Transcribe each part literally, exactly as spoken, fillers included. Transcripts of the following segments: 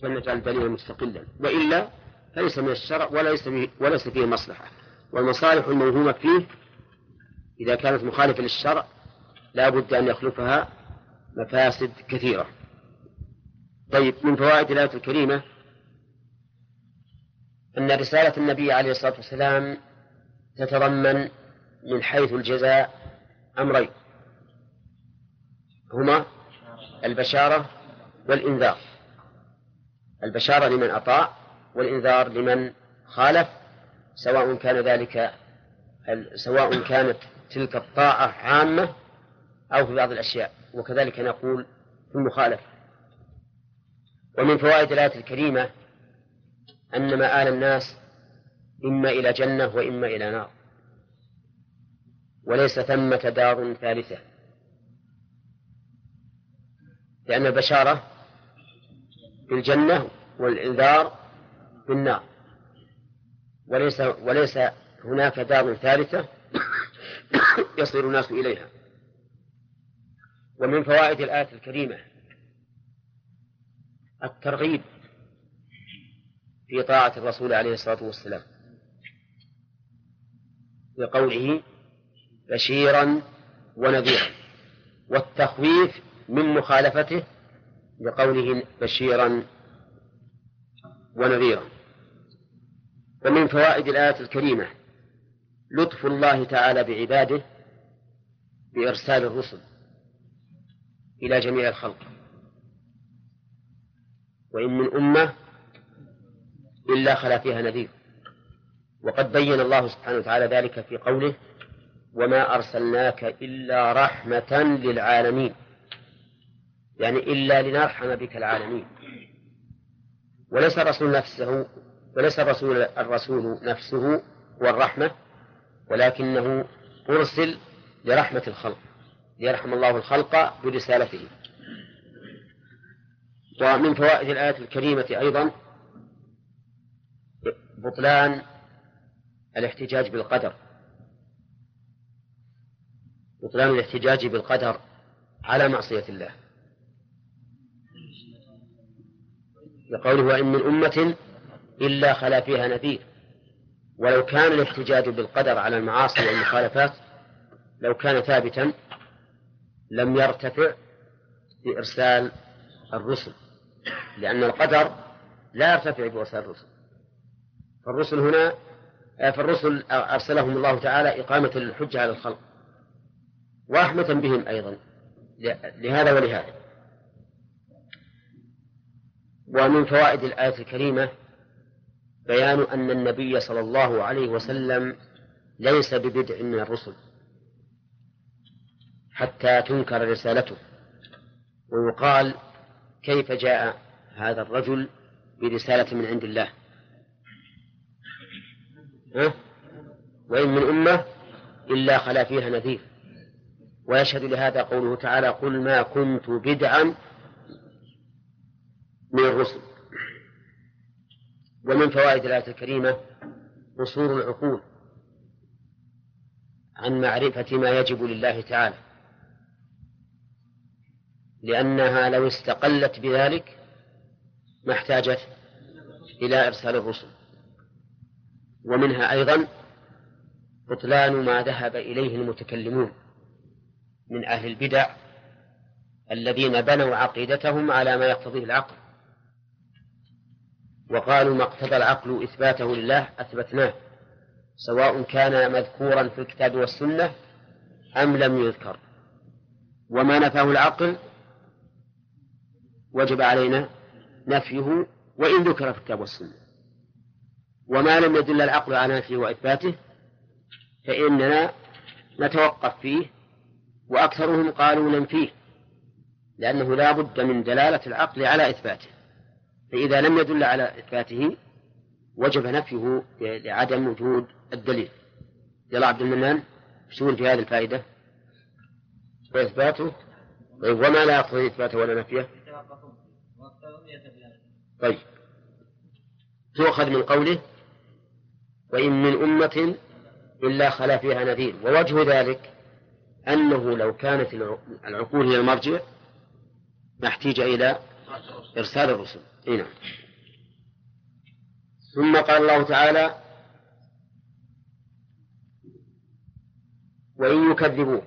فلنجعل دليلا مستقلا، وإلا فليس من الشرع وليس فيه, وليس فيه مصلحة. والمصالح الموهومة فيه إذا كانت مخالفة للشرع لا بد أن يخلفها مفاسد كثيرة. طيب، من فوائد الآية الكريمة أن رسالة النبي عليه الصلاة والسلام تتضمن من حيث الجزاء أمرين، هما البشارة والإنذار. البشارة لمن أطاع، والإنذار لمن خالف، سواء كان ذلك سواء كانت تلك الطاعة عامة أو في بعض الأشياء، وكذلك نقول في المخالفة. ومن فوائد الآية الكريمة أن مآل الناس إما إلى جنة وإما إلى نار، وليس ثمة دار ثالثة، لأن البشارة بالجنة والإنذار بالنار، وليس, وليس هناك دار ثالثة يصير الناس إليها. ومن فوائد الآية الكريمة الترغيب في طاعة الرسول عليه الصلاة والسلام بقوله بشيرا ونذيرا، والتخويف من مخالفته بقوله بشيرا ونذيرا. ومن فوائد الآية الكريمة لطف الله تعالى بعباده بإرسال الرسل إلى جميع الخلق، وإن من أمة إلا خلا فيها نذير. وقد بين الله سبحانه وتعالى ذلك في قوله وما أرسلناك إلا رحمة للعالمين، يعني إلا لنرحم بك العالمين. وليس الرسول نفسه وليس الرسول, الرسول نفسه هو الرحمة، ولكنه أرسل لرحمة الخلق، ليرحم الله الخلق برسالته. ومن فوائد الآية الكريمة أيضا بطلان الاحتجاج بالقدر، بطلان الاحتجاج بالقدر على معصية الله، لقوله وإن من أمة إلا خلا فيها نذير. ولو كان الاحتجاج بالقدر على المعاصي والمخالفات لو كان ثابتا لم يرتفع بإرسال الرسل، لأن القدر لا يرتفع بإرسال الرسل. فالرسل هنا فالرسل أرسلهم الله تعالى إقامة الحجة على الخلق ورحمة بهم أيضا لهذا ولهذا. ومن فوائد الآية الكريمة بيان أن النبي صلى الله عليه وسلم ليس ببدع من الرسل حتى تنكر رسالته، ويقال كيف جاء هذا الرجل برسالة من عند الله؟ ها؟ وإن من أمة إلا خلا فيها نذير. ويشهد لهذا قوله تعالى قل ما كنت بدعا من الرسل. ومن فوائد الآية الكريمة قصور العقول عن معرفة ما يجب لله تعالى، لأنها لو استقلت بذلك ما احتاجت إلى إرسال الرسل. ومنها أيضا بطلان ما ذهب إليه المتكلمون من أهل البدع الذين بنوا عقيدتهم على ما يقتضيه العقل، وقالوا ما اقتضى العقل إثباته لله أثبتناه، سواء كان مذكورا في الكتاب والسنة أم لم يذكر، وما نفاه العقل وجب علينا نفيه وإن ذكر في الكتاب والسنة، وما لم يدل العقل على نفيه وإثباته فإننا نتوقف فيه. وأكثرهم قالوا ننفيه، لأنه لا بد من دلالة العقل على إثباته، فإذا لم يدل على إثباته وجب نفيه لعدم وجود الدليل. يلا عبد المنان شو في هذه الفائدة وإثباته؟ طيب وما لا يقتضي إثباته ولا نفيه؟ طيب تؤخذ من قوله وإن من أمة إلا خلا فيها نذير، ووجه ذلك أنه لو كانت العقول هي المرجع ما احتاج إلى إرسال الرسل. هنا. ثم قال الله تعالى وإن يكذبوك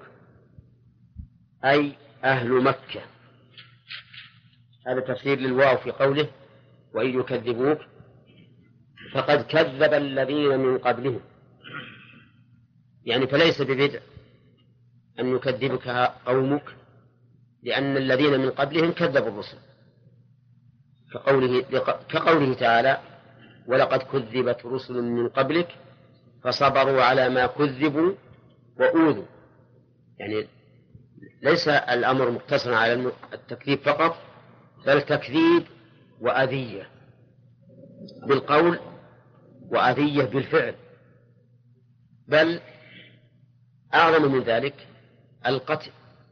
أي أهل مكة، هذا تفسير للواو في قوله وإن يكذبوك، فقد كذب الذين من قبلهم، يعني فليس ببدع أن يكذبك قومك، لأن الذين من قبلهم كذبوا الرسل، كقوله, كقوله تعالى ولقد كذبت رسل من قبلك فصبروا على ما كذبوا وأوذوا، يعني ليس الأمر مقتصرا على التكذيب فقط، بل تكذيب وأذية بالقول وأذية بالفعل، بل أعظم من ذلك القتل،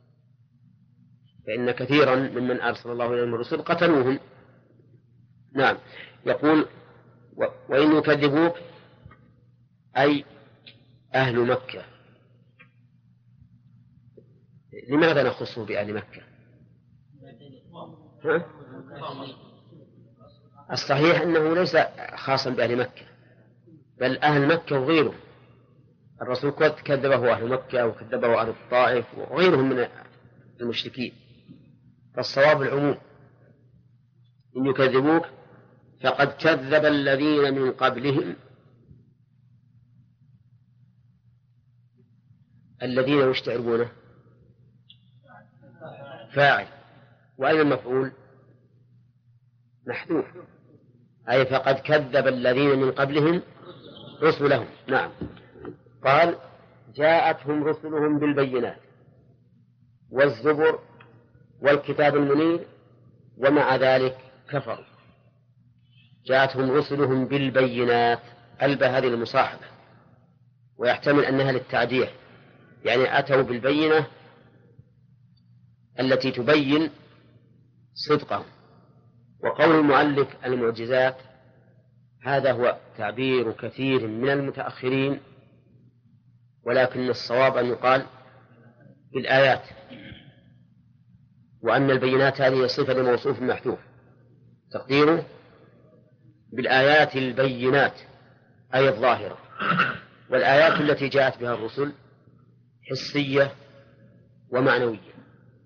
فإن كثيرا ممن أرسل الله إليهم الرسل قتلوهم. نعم. يقول وإن يكذبوك أي أهل مكة. لماذا نخصه بأهل مكة؟ ها؟ الصحيح أنه ليس خاصا بأهل مكة، بل أهل مكة وغيره. الرسول كذبه أهل مكة وكذبه أهل الطائف وغيرهم من المشركين، فالصواب العموم. إن يكذبوك فقد كذب الذين من قبلهم. الذين وش تعرفونه؟ فاعل، وأين المفعول؟ محذوف، أي فقد كذب الذين من قبلهم رسلهم. نعم. قال جاءتهم رسلهم بالبينات والزبر والكتاب المنير ومع ذلك كفروا. جاءتهم رسلهم بالبينات، ألبى هذه المصاحبة، ويحتمل أنها للتعدية، يعني أتوا بالبينة التي تبين صدقهم. وقول المؤلف المعجزات هذا هو تعبير كثير من المتأخرين، ولكن الصواب أن يقال بالآيات، وأن البينات هذه صفة لموصوف محذوف، تقديره بالآيات البينات أي الظاهرة. والآيات التي جاءت بها الرسل حسية ومعنوية.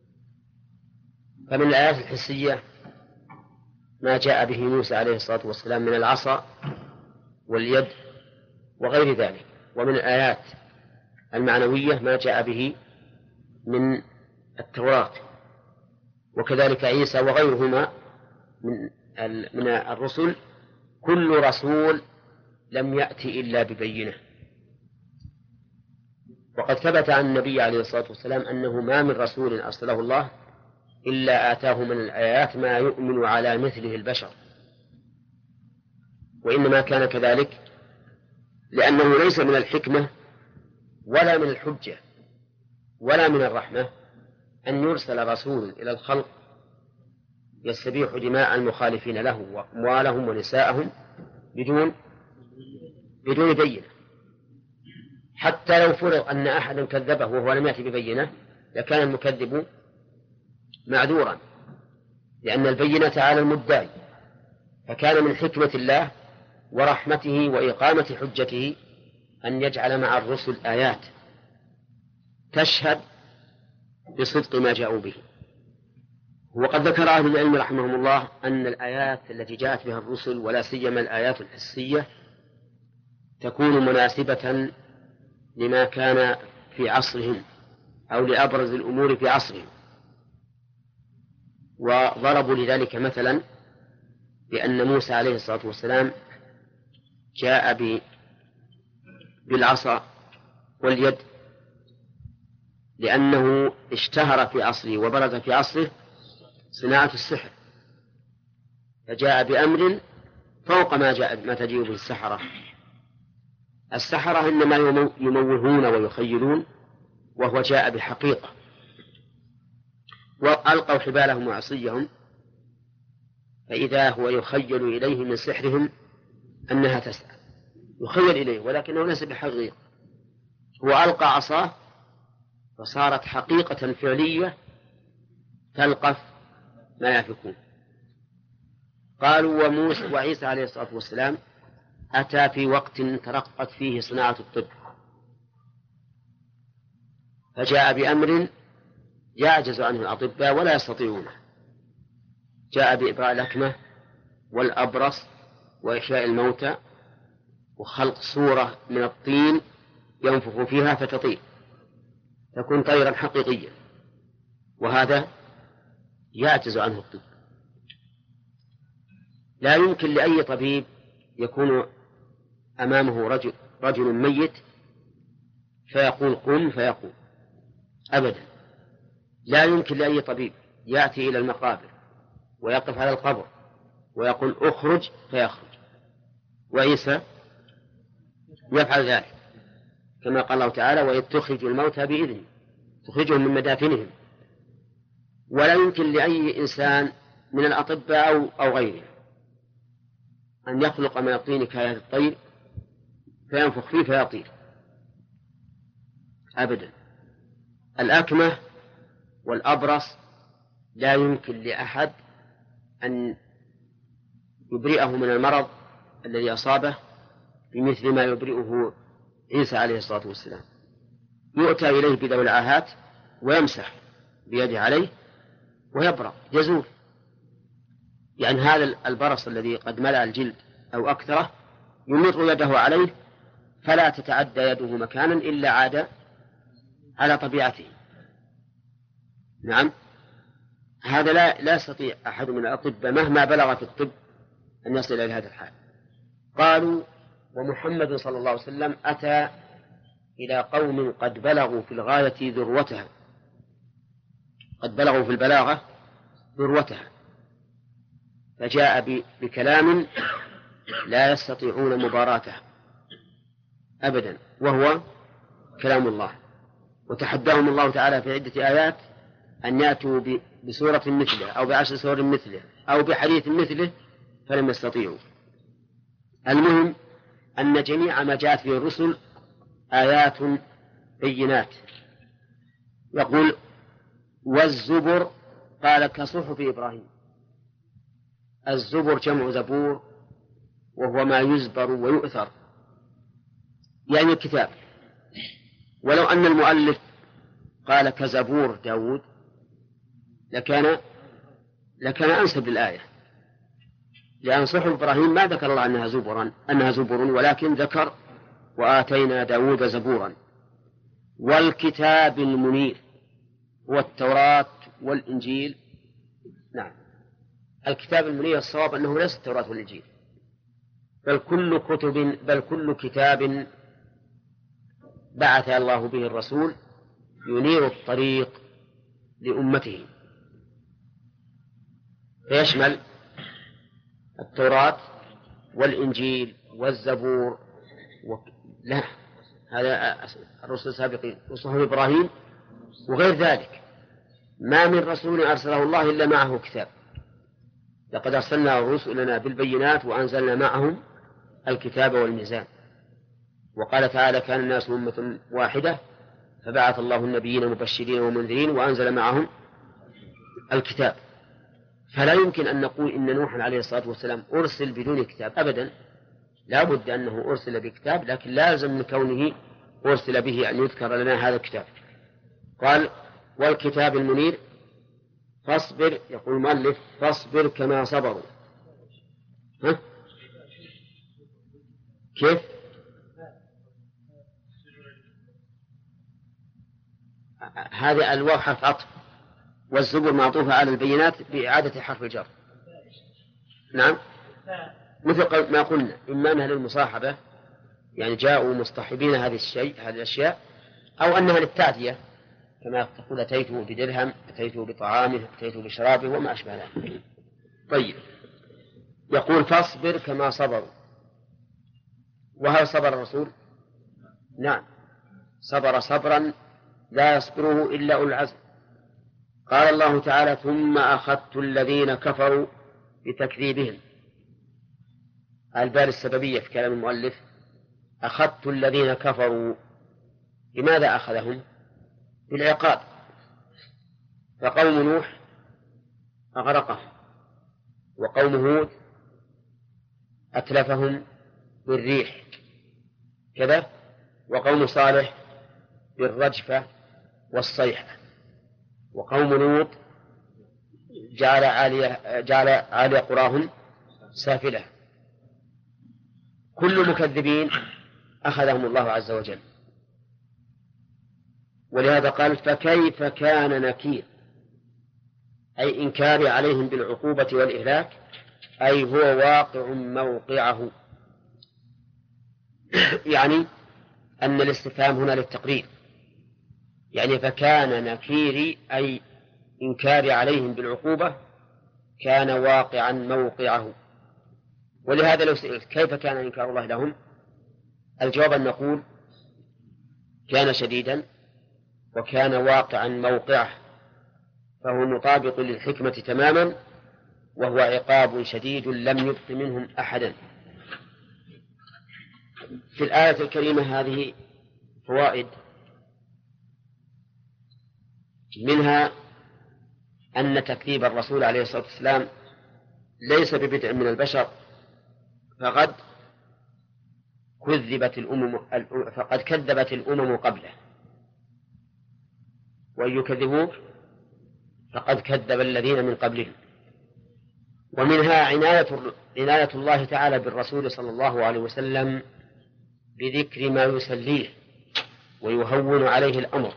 فمن الآيات الحسية ما جاء به موسى عليه الصلاة والسلام من العصا واليد وغير ذلك، ومن الآيات المعنوية ما جاء به من التوراة، وكذلك عيسى وغيرهما من من الرسل. كل رسول لم يأتي إلا ببينة. وقد ثبت عن النبي عليه الصلاة والسلام أنه ما من رسول أرسله الله إلا آتاه من الآيات ما يؤمن على مثله البشر، وإنما كان كذلك لأنه ليس من الحكمة ولا من الحجة ولا من الرحمة أن يرسل رسول إلى الخلق يستبيح دماء المخالفين له وأموالهم ونساءهم بدون بدون بينة. حتى لو فرض أن أحدا كذبه وهو لم يأتي ببينة لكان المكذب معذورا، لأن البينة على المدعي. فكان من حكمة الله ورحمته وإقامة حجته أن يجعل مع الرسل آيات تشهد بصدق ما جاءوا به. وقد ذكر أهل العلم رحمهم الله أن الآيات التي جاءت بها الرسل ولا سيما الآيات الحسية تكون مناسبة لما كان في عصرهم أو لأبرز الأمور في عصرهم. وضربوا لذلك مثلا بأن موسى عليه الصلاة والسلام جاء بالعصا واليد لأنه اشتهر في عصره وبرز في عصره صناعة السحر، فجاء بأمر فوق ما جاء ما تجيء به السحرة. السحرة إنما يموهون ويخيلون، وهو جاء بحقيقة. وألقوا حبالهم وعصيهم فإذا هو يخيل إليه من سحرهم أنها تسعى، يخيل إليه ولكنه ليس بحقيقة. هو ألقى عصاه فصارت حقيقة فعلية تلقف ما يفكون. قالوا وموسى وعيسى عليه الصلاة والسلام أتى في وقت ترقت فيه صناعة الطب، فجاء بأمر يعجز عنه الأطباء ولا يستطيعونه. جاء بإبراء الأكمة والأبرص وإحياء الموتى وخلق صورة من الطين ينفخ فيها فتطير تكون طيرا حقيقيا، وهذا يعجز عنه الطب. لا يمكن لأي طبيب يكون أمامه رجل, رجل ميت فيقول قم فيقوم أبدا. لا يمكن لأي طبيب يأتي إلى المقابر ويقف على القبر ويقول اخرج فيخرج. وعيسى يفعل ذلك كما قال الله تعالى وإذ تخرج الموتى بإذنه، تخرجهم من مدافنهم. ولا يمكن لأي إنسان من الأطباء أو, أو غيره أن يخلق من الطين كآيات الطير فينفخ فيه فيطير أبدا. الأكمة والأبرص لا يمكن لأحد أن يبرئه من المرض الذي أصابه بمثل ما يبرئه عيسى عليه الصلاة والسلام. يؤتى إليه بذوي العاهات ويمسح بيده عليه ويبرأ يزول. يعني هذا البرص الذي قد ملأ الجلد أو أكثره يمر يده عليه فلا تتعدى يده مكانا إلا عاد على طبيعته. نعم، هذا لا, لا يستطيع أحد من الأطباء مهما بلغ في الطب أن يصل إلى هذا الحال. قالوا ومحمد صلى الله عليه وسلم أتى إلى قوم قد بلغوا في الغاية ذروتها، قد بلغوا في البلاغة ذروتها، فجاء بكلام لا يستطيعون مباراته أبدا وهو كلام الله. وتحداهم الله تعالى في عدة آيات أن يأتوا بسورة مثله أو بعشر سور مثله أو بحديث مثله فلم يستطيعوا. المهم أن جميع ما جاءت به الرسل آيات بينات. يقول والزبر قال كصحف إبراهيم. الزبر جمع زبور وهو ما يزبر ويؤثر يعني الكتاب. ولو أن المؤلف قال كزبور داود لكان لكان أنسب للآية، لأن صحف إبراهيم ما ذكر الله أنها زبرا أنها زبر ولكن ذكر وآتينا داود زبورا. والكتاب المنير هو التوراة والإنجيل. نعم، الكتاب المنير الصواب أنه ليس التوراة والإنجيل بل كل كتب بل كل كتاب بعث الله به الرسول ينير الطريق لأمته، فيشمل التوراة والإنجيل والزبور و... لا، هذا الرسل السابقين وصحف إبراهيم وغير ذلك. ما من رسول أرسله الله إلا معه كتاب. لقد أرسلنا رسلنا بالبينات وأنزلنا معهم الكتاب والميزان. وقال تعالى كان الناس أمة واحدة فبعث الله النبيين مبشرين ومنذرين وأنزل معهم الكتاب. فلا يمكن أن نقول إن نوحا عليه الصلاة والسلام أرسل بدون كتاب أبدا، لا بد أنه أرسل بكتاب، لكن لازم من كونه أرسل به أن يذكر لنا هذا الكتاب. قال والكتاب المنير فاصبر، يقول المؤلف فاصبر كما صبروا. ها؟ كيف؟ هذا الواو حرف عطف والزبر معطوفة على البينات بإعادة حرف الجر. نعم، مثل ما قلنا إما أنها للمصاحبة يعني جاءوا مصطحبين هذه الشيء هذه الأشياء، أو أنها للتعدية كما تقول أتيته بدرهم أتيته بطعامه أتيته بشرابه وما أشبه ذلك. طيب، يقول فاصبر كما صبروا. وهل صبر الرسول؟ نعم، صبر صبرا لا يصبره إلا أولو العزم. قال الله تعالى ثم أخذت الذين كفروا بتكذيبهم. البال السببية في كلام المؤلف أخذت الذين كفروا. لماذا أخذهم؟ بالعقاب. فقوم نوح أغرقهم وقوم هود أتلفهم بالريح كذا، وقوم صالح بالرجفة والصيحة، وقوم لوط جعل عالية, جعل عالية قراهم سافلة. كل مكذبين أخذهم الله عز وجل. ولهذا قال فكيف كان نكير، أي إنكار عليهم بالعقوبة والإهلاك، أي هو واقع موقعه. يعني أن الاستفهام هنا للتقرير، يعني فكان نكيري أي إنكار عليهم بالعقوبة كان واقعا موقعه. ولهذا لو سئلت كيف كان إنكار الله لهم، الجواب أن نقول كان شديدا وكان واقعا موقعه، فهو مطابق للحكمة تماما، وهو عقاب شديد لم يبق منهم أحدا. في الآية الكريمة هذه فوائد، منها أن تكذيب الرسول عليه الصلاة والسلام ليس ببدع من البشر، فقد كذبت الأمم فقد كذبت الأمم قبله، وإن يكذبوك فقد كذب الذين من قبلهم. ومنها عناية عناية الله تعالى بالرسول صلى الله عليه وسلم بذكر ما يسليه ويهون عليه الأمر،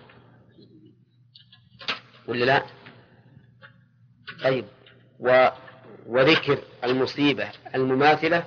ولا لا؟ طيب، و وذكر المصيبة المماثلة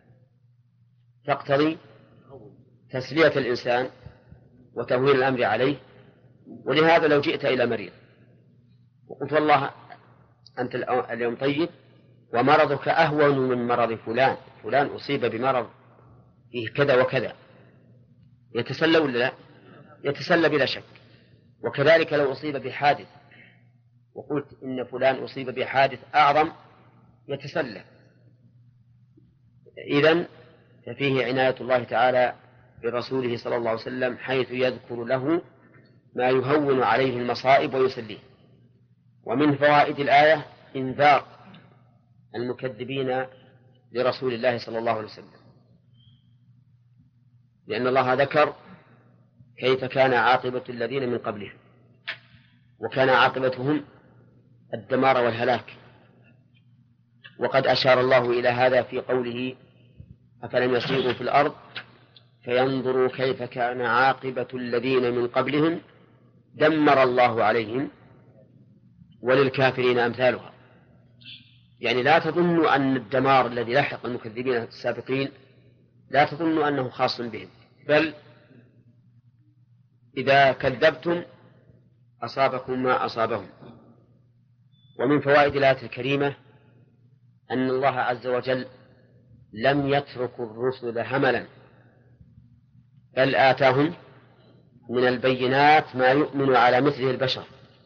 تقتضي تسلية الإنسان وتهوين الأمر عليه. ولهذا لو جئت إلى مريض وقلت والله أنت اليوم طيب ومرضك أهون من مرض فلان، فلان أصيب بمرض فيه كذا وكذا، يتسلى ولا لا؟ يتسلى بلا شك. وكذلك لو أصيب بحادث وقلت إن فلان أصيب بحادث أعظم، يتسلى. إذن ففيه عناية الله تعالى برسوله صلى الله عليه وسلم حيث يذكر له ما يهون عليه المصائب ويسليه. ومن فوائد الآية إنذار المكذبين لرسول الله صلى الله عليه وسلم، لأن الله ذكر كيف كان عاقبة الذين من قبلهم، وكان عاقبتهم الدمار والهلاك. وقد أشار الله إلى هذا في قوله أفلم يسيروا في الأرض فينظروا كيف كان عاقبة الذين من قبلهم دمر الله عليهم وللكافرين أمثالها. يعني لا تظنوا أن الدمار الذي لحق المكذبين السابقين لا تظنوا أنه خاص بهم، بل إذا كذبتم أصابكم ما أصابهم. ومن فوائد الآية الكريمة أن الله عز وجل لم يترك الرسل هملا، بل آتاهم من البينات ما يؤمن على مثله البشر،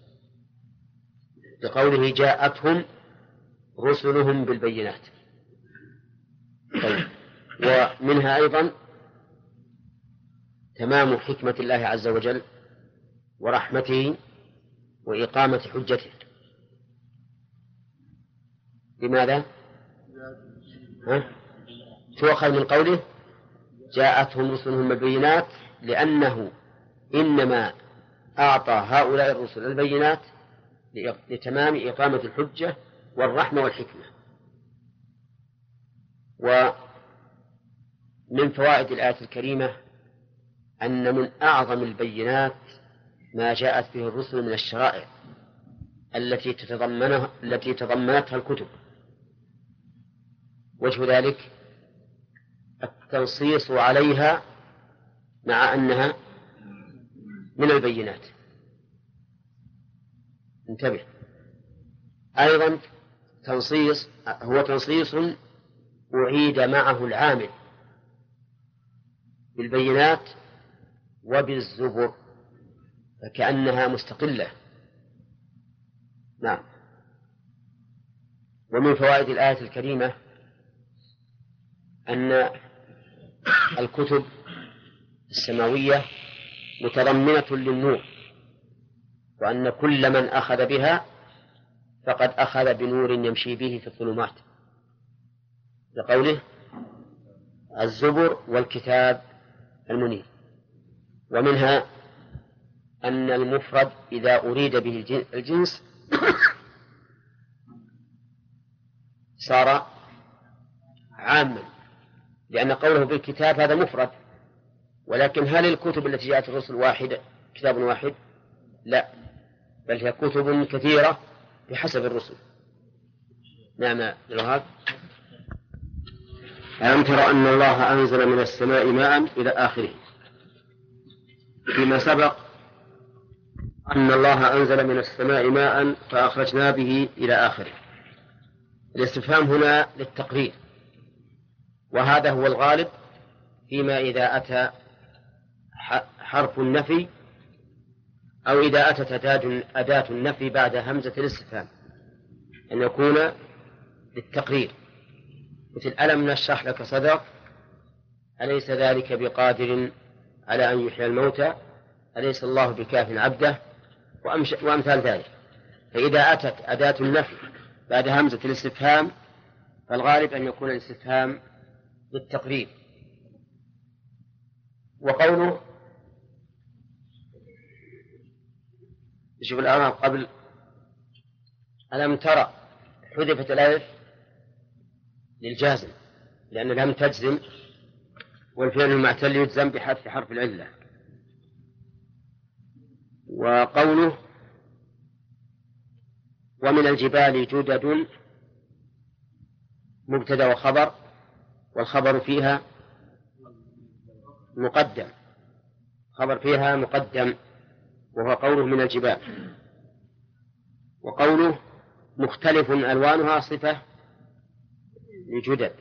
بقوله جاءتهم رسلهم بالبينات. طيب. ومنها أيضا تمام حكمة الله عز وجل ورحمته وإقامة حجته. لماذا؟ ها؟ تؤخذ من قوله جاءتهم رسلهم بالبينات، لأنه إنما أعطى هؤلاء الرسل البينات لتمام إقامة الحجة والرحمة والحكمة. ومن فوائد الآية الكريمة أن من أعظم البينات ما جاءت به الرسل من الشرائع التي تتضمنها التي تضمنتها الكتب. وجه ذلك التنصيص عليها مع أنها من البينات. انتبه، أيضا تنصيص هو تنصيص أعيد معه العامل بالبينات وبالزبر، فكأنها مستقلة. نعم. ومن فوائد الآية الكريمة أن الكتب السماوية متضمنة للنور، وأن كل من أخذ بها فقد أخذ بنور يمشي به في الظلمات، لقوله الزبر والكتاب المنير. ومنها أن المفرد إذا أريد به الجنس صار عاما، لأن قوله بالكتاب هذا مفرد، ولكن هل الكتب التي جاءت الرسل واحدة كتاب واحد؟ لا، بل هي كتب كثيرة بحسب الرسل. نعم الوهاب. ألم تر أن الله أنزل من السماء ماء إلى آخره. فيما سبق أن الله أنزل من السماء ماء فأخرجنا به إلى آخره. الاستفهام هنا للتقرير، وهذا هو الغالب فيما إذا أتى حرف النفي أو إذا أتت أداة النفي بعد همزة الاستفهام أن يكون للتقرير، مثل ألم نشرح لك صدرك، أليس ذلك بقادر على أن يحيي الموتى، أليس الله بكاف عبده، وأمثال ذلك. فإذا أتت أداة النفي بعد همزة الاستفهام فالغالب أن يكون الاستفهام للتقرير. وقوله شوف الآن قبل ألم ترى حذفت الألف للجازم، لأن لم تجزم، والفعل المعتل يجزم بحذف حرف العلة. وقوله ومن الجبال جدد مبتدأ وخبر، والخبر فيها مقدم، خبر فيها مقدم وهو قوله من الجبال. وقوله مختلف ألوانها صفة لجدد.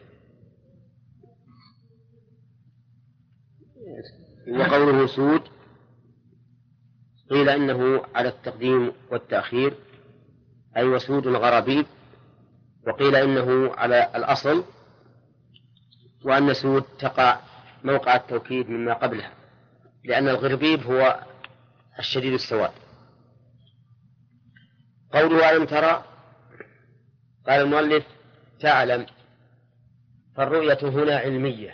وقوله سود قيل إنه على التقديم والتأخير أي وسود الغرابيب، وقيل إنه على الأصل وأن سود تقع موقع التوكيد مما قبلها، لأن الغربيب هو الشديد السواد. قوله ألم ترى قال المؤلف تعلم، فالرؤية هنا علمية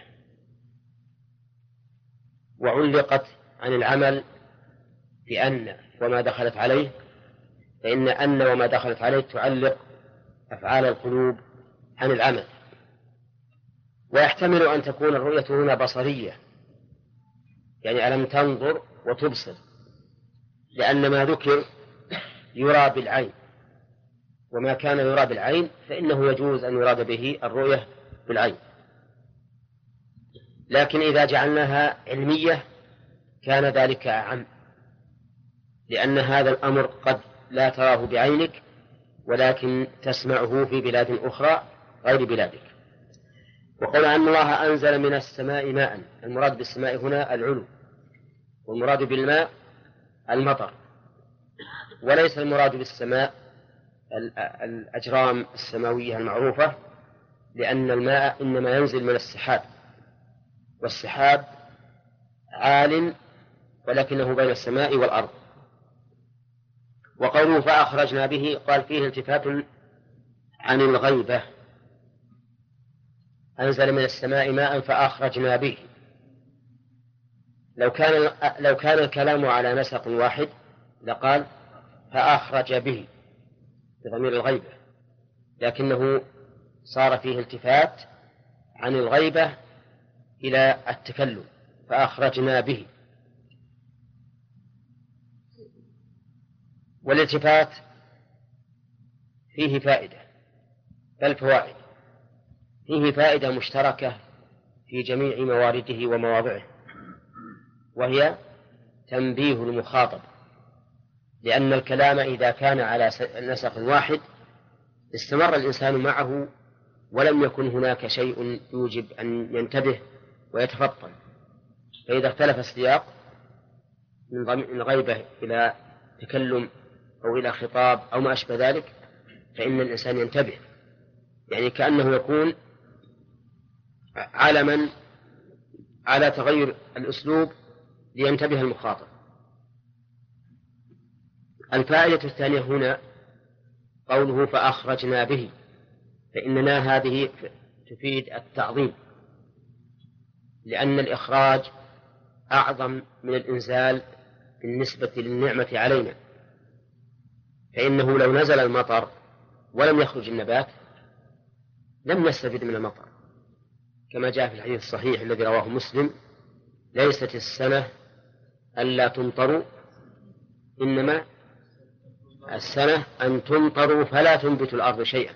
وعلقت عن العمل بأن وما دخلت عليه، فإن أن وما دخلت عليه تعلق أفعال القلوب عن العمل. ويحتمل أن تكون الرؤية هنا بصرية، يعني ألم تنظر وتبصر، لأن ما ذكر يرى بالعين، وما كان يرى بالعين فإنه يجوز أن يراد به الرؤية بالعين. لكن إذا جعلناها علمية كان ذلك أعم، لأن هذا الأمر قد لا تراه بعينك ولكن تسمعه في بلاد أخرى غير بلادك. وقال أن الله أنزل من السماء ماء، المراد بالسماء هنا العلو، والمراد بالماء المطر، وليس المراد بالسماء الأجرام السماوية المعروفة، لأن الماء إنما ينزل من السحاب، والسحاب عال ولكنه بين السماء والأرض. وقوله فأخرجنا به قال فيه التفات عن الغيبة، أنزل من السماء ماء فأخرجنا به. لو كان لو كان الكلام على نسق واحد لقال فأخرج به بضمير الغيبة، لكنه صار فيه التفات عن الغيبة إلى التكلم، فأخرجنا به. والالتفات فيه فائدة، بل فوائد، فيه فائدة مشتركة في جميع موارده ومواضعه، وهي تنبيه المخاطب، لأن الكلام إذا كان على نسق واحد استمر الإنسان معه ولم يكن هناك شيء يوجب أن ينتبه ويتفطن. فإذا اختلف السياق من غيبة إلى تكلم أو إلى خطاب أو ما أشبه ذلك فإن الإنسان ينتبه، يعني كأنه يكون علما على تغير الأسلوب لينتبه المخاطب. الفائدة الثانية هنا قوله فأخرجنا به، فإننا هذه تفيد التعظيم، لأن الإخراج أعظم من الإنزال بالنسبة للنعمة علينا، فإنه لو نزل المطر ولم يخرج النبات لم نستفد من المطر، كما جاء في الحديث الصحيح الذي رواه مسلم: ليست السنة ألا تمطروا، إنما السنة أن تمطروا فلا تنبت الأرض شيئا.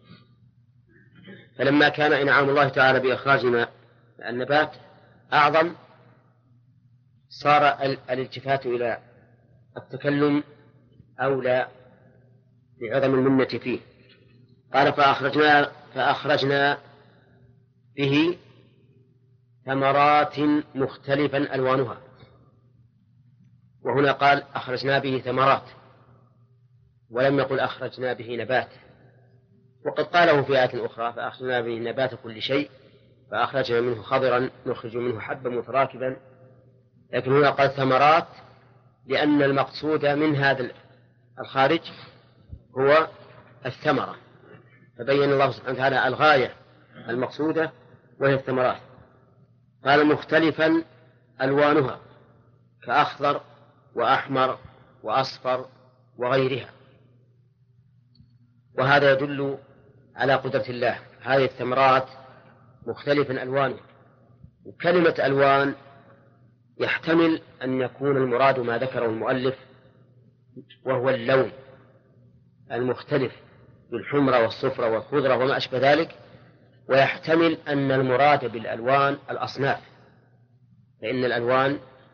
فلما كان إنعام الله تعالى بإخراج النبات أعظم، صار الالتفات إلى التكلم أولى لعظم المنة فيه. قال: فأخرجنا, فأخرجنا به ثمرات مختلفا ألوانها. وهنا قال: أخرجنا به ثمرات، ولم يقل أخرجنا به نبات. وقد قاله في آية أخرى: فأخرجنا به نبات كل شيء فأخرجنا منه خضرا نخرج منه حبا متراكبا. لكن هنا قال ثمرات، لأن المقصود من هذا الخارج هو الثمرة، فبين الله سبحانه وتعالى الغاية المقصودة وهي الثمرات. قال: مختلفا ألوانها، كأخضر وأحمر وأصفر وغيرها. وهذا يدل على قدرة الله. هذه الثمرات مختلفا ألوانها، وكلمة ألوان يحتمل أن يكون المراد ما ذكره المؤلف وهو اللون المختلف بالحمرة والصفرة والخضرة وما أشبه ذلك، ويحتمل أن المراد بالألوان الأصناف، فإن الألوان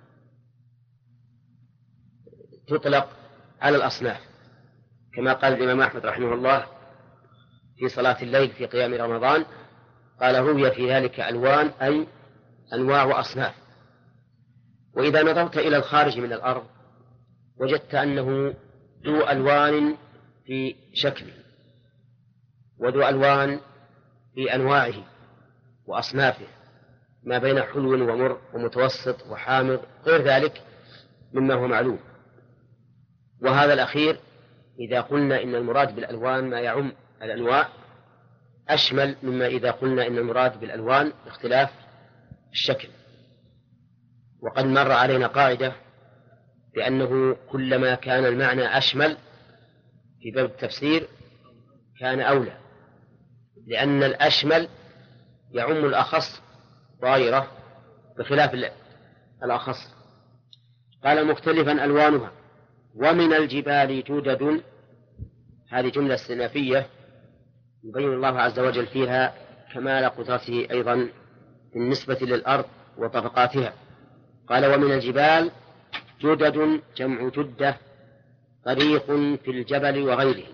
تطلق على الأصناف، كما قال الإمام أحمد رحمه الله في صلاة الليل في قيام رمضان، قال: روي في ذلك ألوان، أي أنواع وأصناف. وإذا نظرت إلى الخارج من الأرض وجدت أنه ذو ألوان في شكله، وذو ألوان في أنواعه وأصنافه، ما بين حلو ومر ومتوسط وحامض غير ذلك مما هو معلوم. وهذا الأخير إذا قلنا إن المراد بالألوان ما يعم الأنواع أشمل مما إذا قلنا إن المراد بالألوان اختلاف الشكل. وقد مر علينا قاعدة بأنه كلما كان المعنى أشمل في باب التفسير كان أولى، لأن الأشمل يعم الأخص ظاهرة بخلاف الأخص. قال: مختلفا ألوانها ومن الجبال جدد. هذه جملة استئنافية يبين الله عز وجل فيها كمال قدرته أيضا بالنسبة للأرض وطبقاتها. قال: ومن الجبال جدد، جمع جدة، طريق في الجبل وغيره.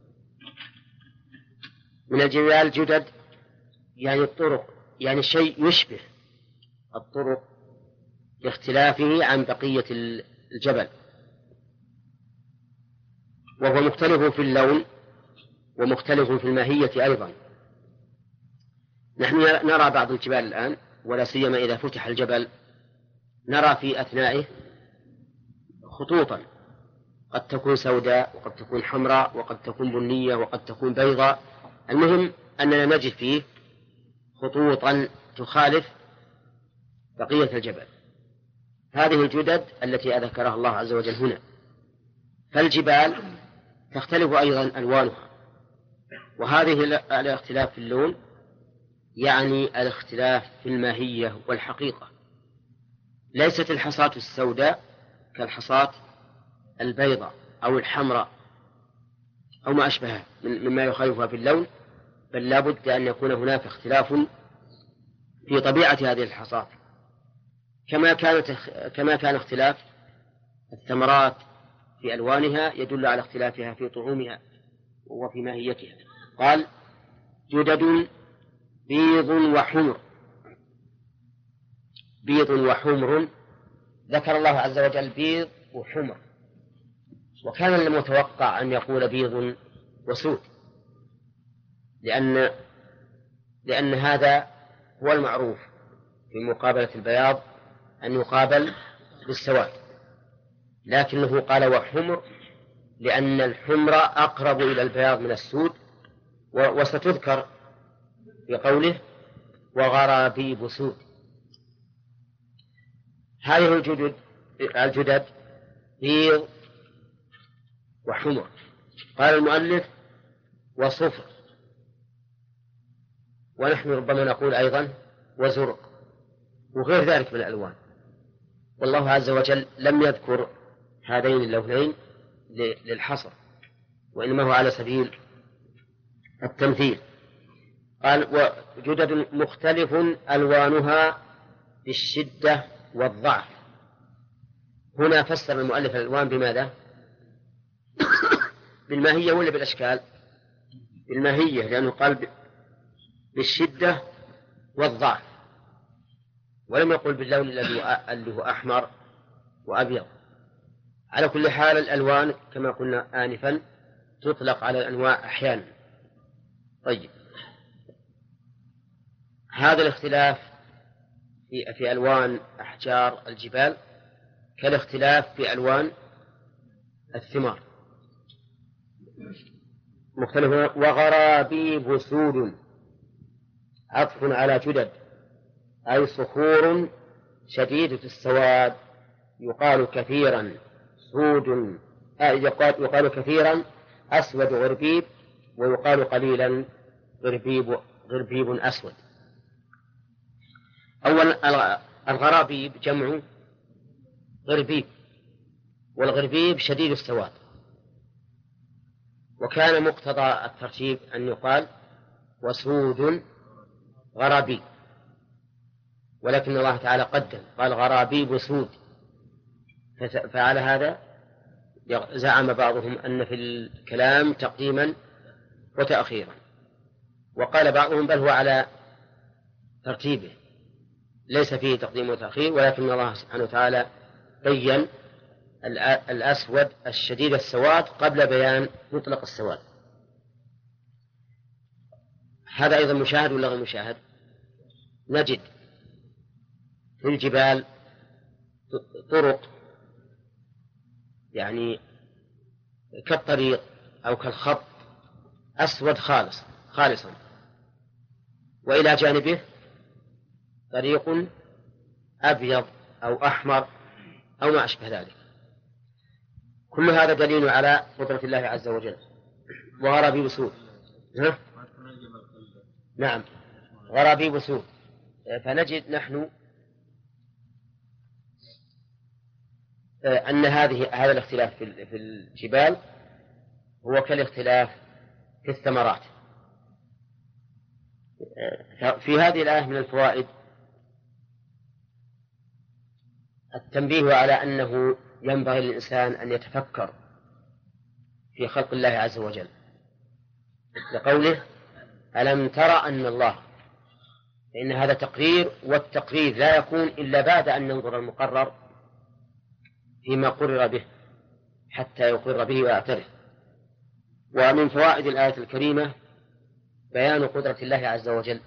من الجبال جدد يعني الطرق، يعني شيء يشبه الطرق لاختلافه عن بقية الجبل، وهو مختلف في اللون ومختلف في الماهية أيضا. نحن نرى بعض الجبال الآن، ولا سيما إذا فتح الجبل، نرى في أثنائه خطوطا قد تكون سوداء وقد تكون حمراء وقد تكون بنية وقد تكون بيضاء. المهم أننا نجد فيه خطوطا تخالف بقية الجبل. هذه الجدد التي أذكرها الله عز وجل هنا. فالجبال تختلف أيضا ألوانها، وهذه الاختلاف في اللون يعني الاختلاف في الماهية والحقيقة. ليست الحصاة السوداء كالحصاة البيضاء أو الحمراء أو ما أشبهها مما يخالفها في اللون، بل لا بد أن يكون هناك اختلاف في طبيعة هذه الحصاة، كما كانت كما كان اختلاف الثمرات في ألوانها يدل على اختلافها في طعومها وفي ماهيتها. قال: جدد بيض وحمر. بيض وحمر، ذكر الله عز وجل بيض وحمر، وكان المتوقع أن يقول بيض وسود، لأن لأن هذا هو المعروف في مقابلة البياض أن يقابل بالسواد، لكنه قال وحمر لأن الحمر أقرب إلى البياض من السود، وستذكر في قوله وغرابيب سود. هذه الجدد الجدد بيض وحمر. قال المؤلف وصفر، ونحن ربما نقول أيضا وزرق وغير ذلك من الألوان. والله عز وجل لم يذكر هذين اللونين للحصر، وإنما هو على سبيل التمثيل. قال وجدد مختلف ألوانها بالشدة والضعف. هنا فسر المؤلف الألوان بماذا؟ بالماهية ولا بالأشكال؟ بالماهية، لأنه قال بالشدة والضعف، ولم يقل باللون الذي هو أحمر وأبيض. على كل حال الألوان كما قلنا آنفا تطلق على الأنواع أحيانا. طيب، هذا الاختلاف في, في ألوان أحجار الجبال كالاختلاف في ألوان الثمار مختلف. وغرابيب سود عطف على جدد، أي صخور شديدة السواد، يقال كثيرا سود، يقال كثيرا أسود غربيب، ويقال قليلا غربيب غربيب أسود. أولا الغرابيب جمع غربيب، والغربيب شديد السواد، وكان مقتضى الترتيب أن يقال وسود غرابيب، ولكن الله تعالى قدم قال غرابيب سود، فعلى هذا زعم بعضهم أن في الكلام تقديما وتأخيرا، وقال بعضهم بل هو على ترتيبه ليس فيه تقديم وتأخير، ولكن الله سبحانه وتعالى بيّن الأسود الشديد السواد قبل بيان مطلق السواد. هذا أيضا مشاهد ولا غير مشاهد؟ نجد في الجبال طرق يعني كالطريق أو كالخط أسود خالص خالصا، وإلى جانبه طريق أبيض أو أحمر أو ما أشبه ذلك. كل هذا دليل على قدرة الله عز وجل. وغرابيب سود، نعم غرابيب سود. فنجد نحن أن هذه هذا الاختلاف في الجبال هو كالاختلاف في الثمرات. في هذه الآية من الفوائد التنبيه على أنه ينبغي للإنسان أن يتفكر في خلق الله عز وجل، لقوله ألم تر أن الله، فإن هذا تقرير، والتقرير لا يكون إلا بعد أن ننظر المقرر فيما قرر به حتى يقر به ويعترف. ومن فوائد الآية الكريمة بيان قدرة الله عز وجل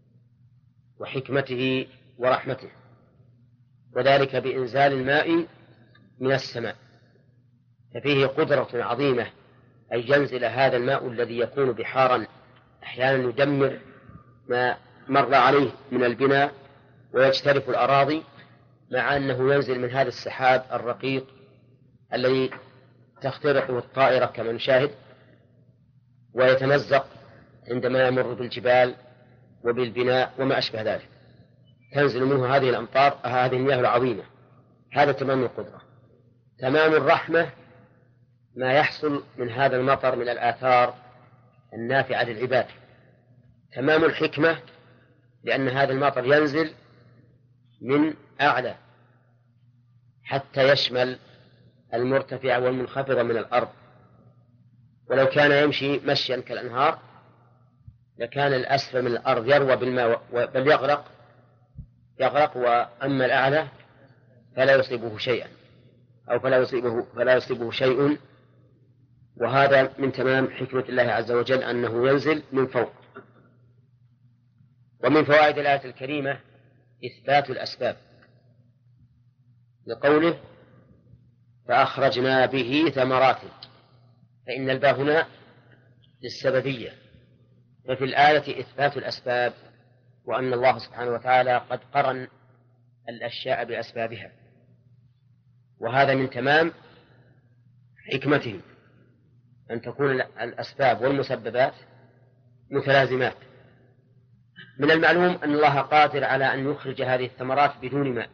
وحكمته ورحمته، وذلك بإنزال الماء من السماء، ففيه قدرة عظيمة أن ينزل هذا الماء الذي يكون بحارا أحيانا يدمر ما مر عليه من البناء ويجترف الأراضي، مع أنه ينزل من هذا السحاب الرقيق الذي تخترقه الطائرة كما نشاهد، ويتمزق عندما يمر بالجبال وبالبناء وما أشبه ذلك، تنزل منه هذه الأمطار هذه المياه العظيمة. هذا تمام القدرة. تمام الرحمة ما يحصل من هذا المطر من الآثار النافعة للعباد. تمام الحكمة لأن هذا المطر ينزل من أعلى حتى يشمل المرتفع والمنخفض من الأرض، ولو كان يمشي مشيا كالأنهار لكان الأسفل من الأرض يروى بالماء بل يغرق يغرق وأما الأعلى فلا يصيبه شيئا أو فلا يصيبه فلا يصيبه شيء. وهذا من تمام حكمة الله عز وجل أنه ينزل من فوق. ومن فوائد الآية الكريمة إثبات الأسباب، لقوله فأخرجنا به ثمرات، فإن الباء هنا للسببية، ففي الآية إثبات الأسباب، وأن الله سبحانه وتعالى قد قرن الأشياء بأسبابها، وهذا من تمام حكمته أن تكون الأسباب والمسببات متلازمات. من المعلوم أن الله قادر على أن يخرج هذه الثمرات بدون ماء،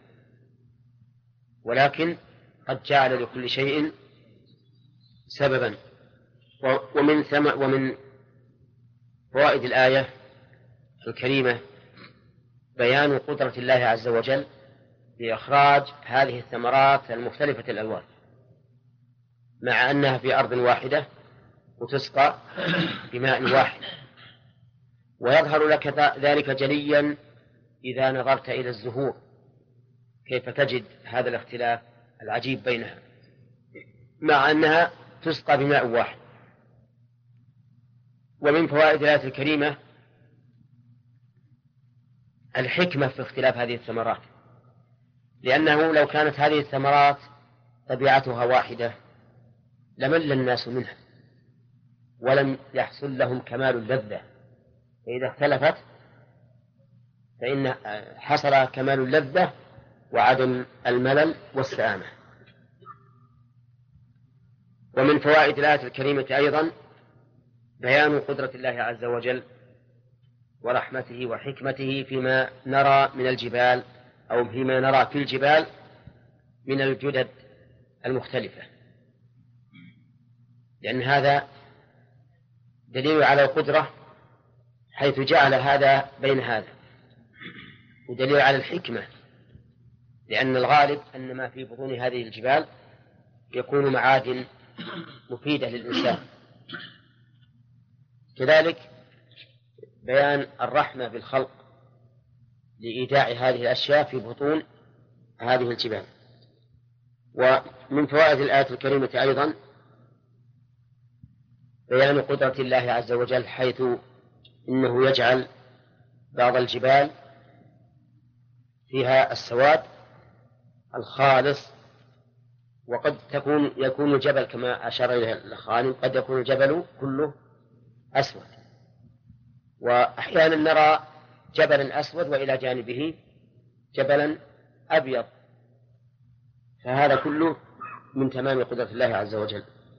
ولكن قد جعل لكل شيء سببا. ومن ثم ومن فوائد الآية الكريمة بيان قدرة الله عز وجل بإخراج هذه الثمرات المختلفة الألوان مع أنها في أرض واحدة وتسقى بماء واحد. ويظهر لك ذلك جليا إذا نظرت إلى الزهور كيف تجد هذا الاختلاف العجيب بينها مع أنها تسقى بماء واحد. ومن فوائد الآية الكريمة الحكمة في اختلاف هذه الثمرات، لأنه لو كانت هذه الثمرات طبيعتها واحدة لمل الناس منها ولم يحصل لهم كمال اللذة، فإذا اختلفت فإن حصل كمال اللذة وعدم الملل والسآمة. ومن فوائد الآية الكريمة أيضا بيان قدرة الله عز وجل ورحمته وحكمته فيما نرى من الجبال أو فيما نرى في الجبال من الجدد المختلفة، لأن هذا دليل على القدرة حيث جعل هذا بين هذا، ودليل على الحكمة لأن الغالب أن ما في بطون هذه الجبال يكون معادن مفيدة للإنسان. كذلك بيان الرحمة بالخلق لإيداع هذه الأشياء في بطون هذه الجبال. ومن فوائد الآية الكريمة أيضا بيان قدرة الله عز وجل حيث إنه يجعل بعض الجبال فيها السواد الخالص، وقد تكون يكون الجبل كما أشار إليه الخالد قد يكون الجبل كله أسود، وأحيانا نرى جبلا أسود وإلى جانبه جبلا أبيض، فهذا كله من تمام قدرة الله عز وجل.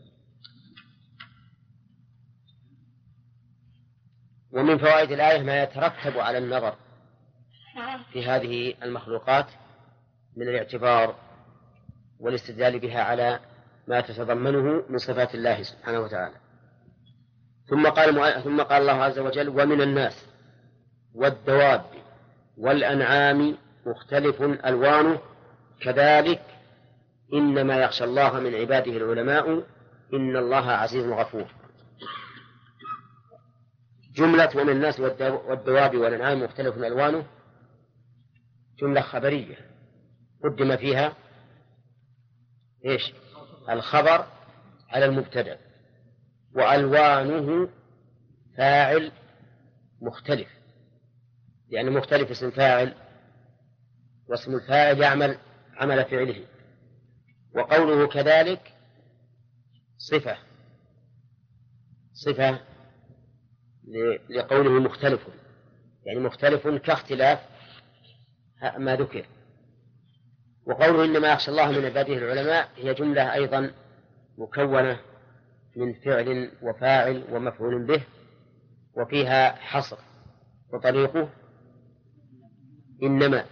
ومن فوائد الآية ما يترتب على النظر في هذه المخلوقات من الاعتبار والاستدلال بها على ما تتضمنه من صفات الله سبحانه وتعالى. ثم قال ثم قال الله عز وجل: ومن الناس والدواب والأنعام مختلف ألوانه كذلك إنما يخشى الله من عباده العلماء إن الله عزيز غفور. جملة ومن الناس والدواب والأنعام مختلف ألوانه جملة خبرية قدم فيها إيش؟ الخبر على المبتدأ، وألوانه فاعل مختلف، يعني مختلف اسم فاعل، واسم الفاعل يعمل عمل فعله. وقوله كذلك صفة صفة لقوله مختلف، يعني مختلف كاختلاف ما ذكر. وقوله إنما يخشى الله من عباده العلماء هي جملة أيضا مكونة من فعل وفاعل ومفعول به، وفيها حصر، وطريقه إنما.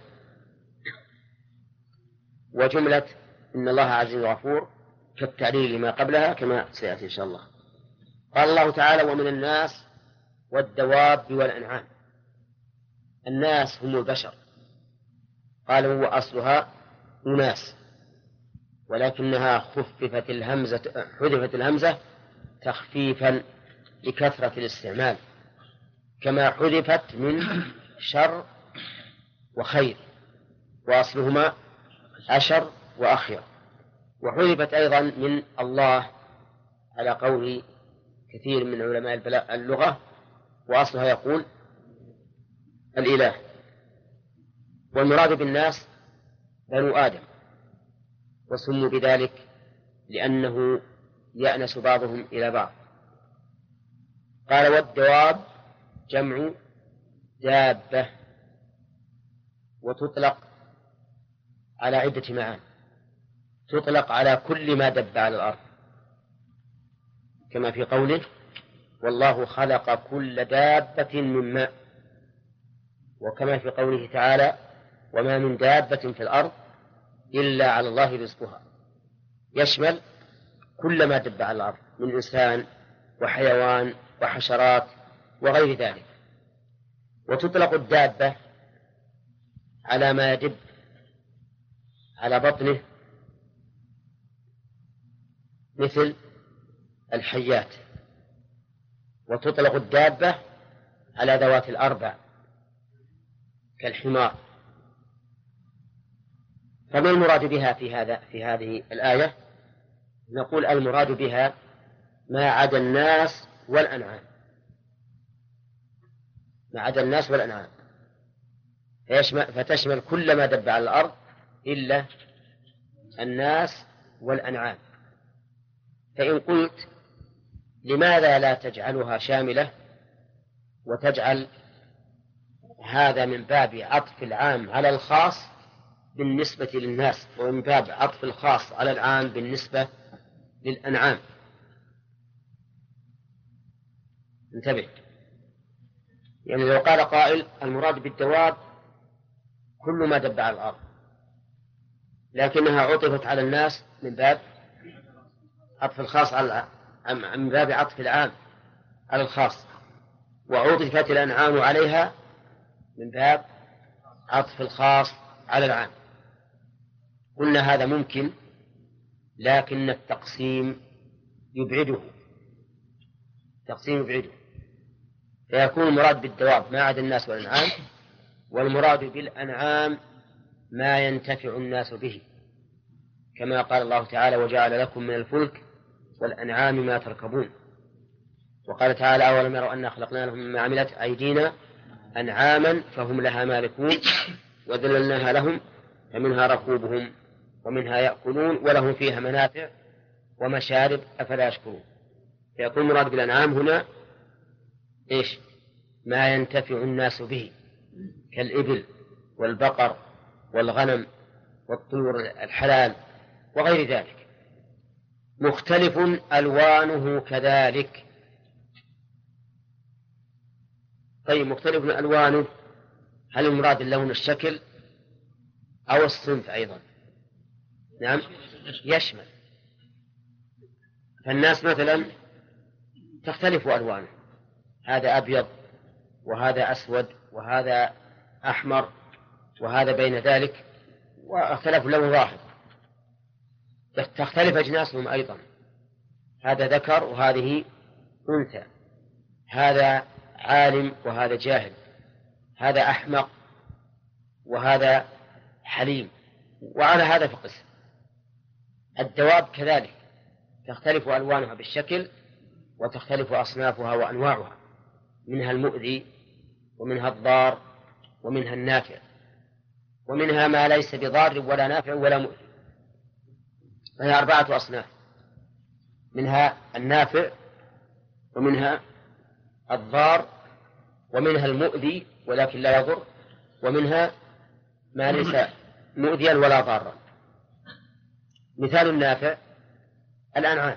وجملة إن الله عزيز غفور كالتعليل ما قبلها كما سيأتي إن شاء الله. قال الله تعالى: ومن الناس والدواب والأنعام. الناس هم البشر، قال هو أصلها أناس، ولكنها خففت الهمزة حذفت الهمزة تخفيفا لكثرة الاستعمال، كما حذفت من شر وخير، وأصلهما أشر وأخير. وحذفت أيضا من الله على قول كثير من علماء اللغة، وأصلها يقول الإله. والمراد بالناس بنو آدم، وسموا بذلك لأنه يأنس بعضهم إلى بعض. قال: والدواب جمع دابة، وتطلق على عدة معاني، تطلق على كل ما دب على الأرض، كما في قوله والله خلق كل دابة من ماء، وكما في قوله تعالى وما من دابة في الأرض إلا على الله رزقها، يشمل كل ما دب على الأرض من إنسان وحيوان وحشرات وغير ذلك. وتطلق الدابة على ما يدب على بطنه مثل الحيات، وتطلق الدابة على ذوات الأربع كالحمار. فما المراد بها في هذا في هذه الآية؟ نقول المراد بها ما عدا الناس والأنعام، ما عدا الناس والأنعام، فتشمل كل ما دب على الأرض إلا الناس والأنعام. فإن قلت لماذا لا تجعلها شاملة وتجعل هذا من باب عطف العام على الخاص بالنسبة للناس، ومن باب عطف الخاص على العام بالنسبة للأنعام؟ انتبه، يعني لو قال قائل المراد بالدواب كل ما دب على الأرض، لكنها عطفت على الناس من باب عطف الخاص على من باب عطف العام على الخاص، وعطفت الأنعام عليها من باب عطف الخاص على العام. قلنا هذا ممكن، لكن التقسيم يبعده، التقسيم يبعده، فيكون المراد بالدواب ما عدا الناس والأنعام، والمراد بالأنعام ما ينتفع الناس به، كما قال الله تعالى وجعل لكم من الفلك والأنعام ما تركبون. وقال تعالى أولم يروا أنا خلقنا لهم مما عملت أيدينا أنعاما فهم لها مالكون وذللناها لهم فمنها ركوبهم ومنها يأكلون ولهم فيها منافع ومشارب أفلا يشكرون. فيكون المراد بالأنعام هنا إيش؟ ما ينتفع الناس به كالإبل والبقر والغنم والطيور الحلال وغير ذلك. مختلف ألوانه كذلك. طيب، مختلف ألوانه، هل المراد اللون الشكل أو الصنف أيضا؟ نعم، يشمل. فالناس مثلا تختلف ألوانه، هذا أبيض وهذا أسود وهذا أحمر وهذا بين ذلك، واختلف له ظاهر. تختلف أجناسهم أيضا، هذا ذكر وهذه أنثى، هذا عالم وهذا جاهل، هذا أحمق وهذا حليم، وعلى هذا فقس. الدواب كذلك تختلف ألوانها بالشكل وتختلف أصنافها وأنواعها، منها المؤذي ومنها الضار ومنها النافع، ومنها ما ليس بضار ولا نافع ولا مؤذي، فهي أربعة أصناف، منها النافع ومنها الضار ومنها المؤذي ولكن لا يضر، ومنها ما ليس مؤذيا ولا ضارا. مثال النافع الأنعام،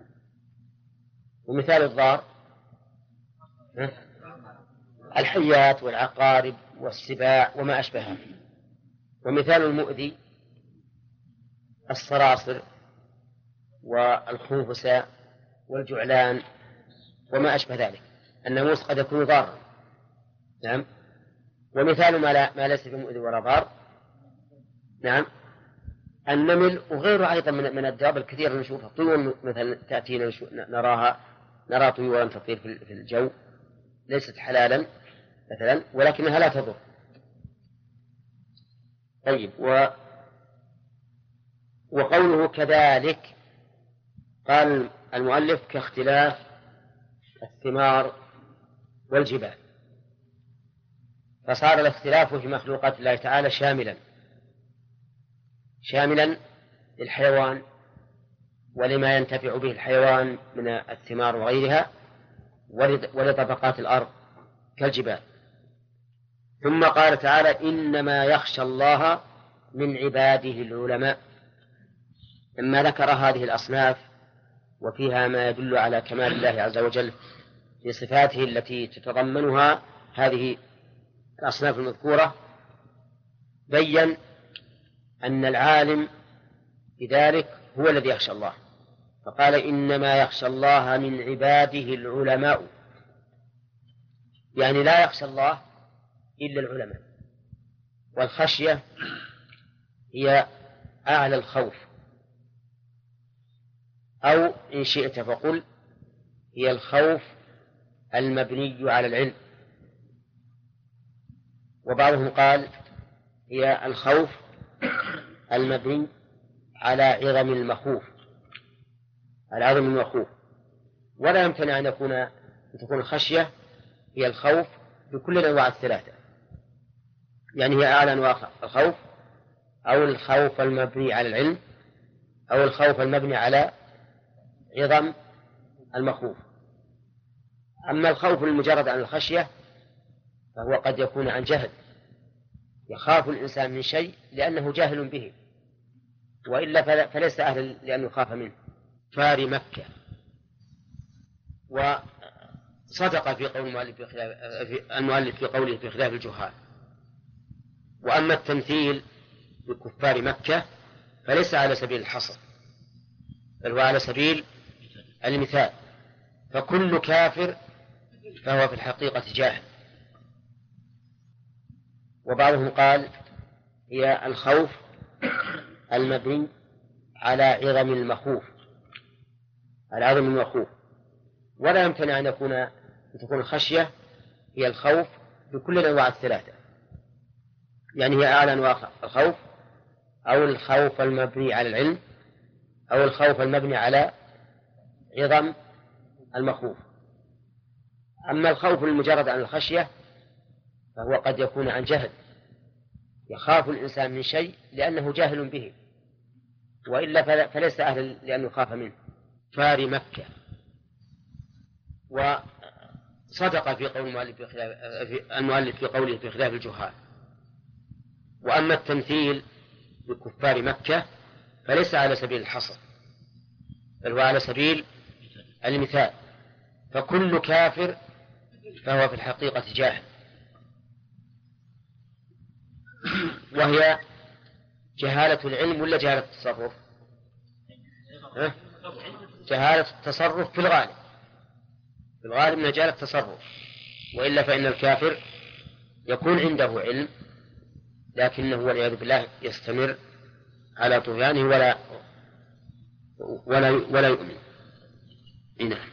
ومثال الضار الحيات والعقارب والسباع وما أشبهها، ومثال المؤذي الصراصر والخنفساء والجعلان وما أشبه ذلك. الناموس قد يكون ضارا، نعم. ومثال ما, لا ما ليس بمؤذي ولا ضار، نعم، النمل وغيره أيضا من, من الدواب الكثير نشوفها. طيور مثلا تأتينا نراها نرى طيورا تطير في الجو ليست حلالا مثلا ولكنها لا تضر. طيب، و وقوله كذلك قال المؤلف كاختلاف الثمار والجبال، فصار الاختلاف في مخلوقات الله تعالى شاملا شاملا للحيوان ولما ينتفع به الحيوان من الثمار وغيرها، ولطبقات الأرض كالجبال. ثم قال تعالى إنما يخشى الله من عباده العلماء. لما ذكر هذه الأصناف وفيها ما يدل على كمال الله عز وجل في صفاته التي تتضمنها هذه الأصناف المذكورة، بين أن العالم بذلك هو الذي يخشى الله، فقال إنما يخشى الله من عباده العلماء، يعني لا يخشى الله إلا العلماء. والخشية هي أعلى الخوف، أو إن شئت فقل هي الخوف المبني على العلم. وبعضهم قال هي الخوف المبني على عظم المخوف، على عظم المخوف. ولا يمكن أن يكون أن تكون الخشية هي الخوف بكل الأنواع الثلاثة، يعني هي أعلى أنواع الخوف، أو الخوف المبني على العلم، أو الخوف المبني على عظم المخوف. أما الخوف المجرد عن الخشية فهو قد يكون عن جهل، يخاف الإنسان من شيء لأنه جاهل به، وإلا فليس أهلا لأن يخاف منه. فار مكة. وصدق في قول المؤلف في, في المؤلف في قوله في خلاف الجهال. وأما التمثيل بكفار مكة فليس على سبيل الحصر، بل هو على سبيل المثال، فكل كافر فهو في الحقيقة جاهل. وبعضهم قال هي الخوف المبني على عظم المخوف، على عظم المخوف. ولا يمكن أن يكون أن تكون الخشية هي الخوف بكل الأنواع الثلاثة، يعني هي أعلى أنواع الخوف، أو الخوف المبني على العلم، أو الخوف المبني على عظم المخوف. أما الخوف المجرد عن الخشية فهو قد يكون عن جهل، يخاف الإنسان من شيء لأنه جاهل به، وإلا فليس أهلا لأن يخاف منه. فار مكة. وصدق في قول المؤلف في, خلاف في المؤلف في قوله في خلاف الجهال. وأما التمثيل بكفار مكة فليس على سبيل الحصر، بل هو على سبيل المثال، فكل كافر فهو في الحقيقة جاهل. وهي جهالة العلم ولا جهالة التصرف؟ ها؟ جهالة التصرف في الغالب، في الغالب من جهالة التصرف، وإلا فإن الكافر يكون عنده علم لكنه والعياذ بالله يستمر على طغيانه ولا ولا ولا يؤمن. نعم.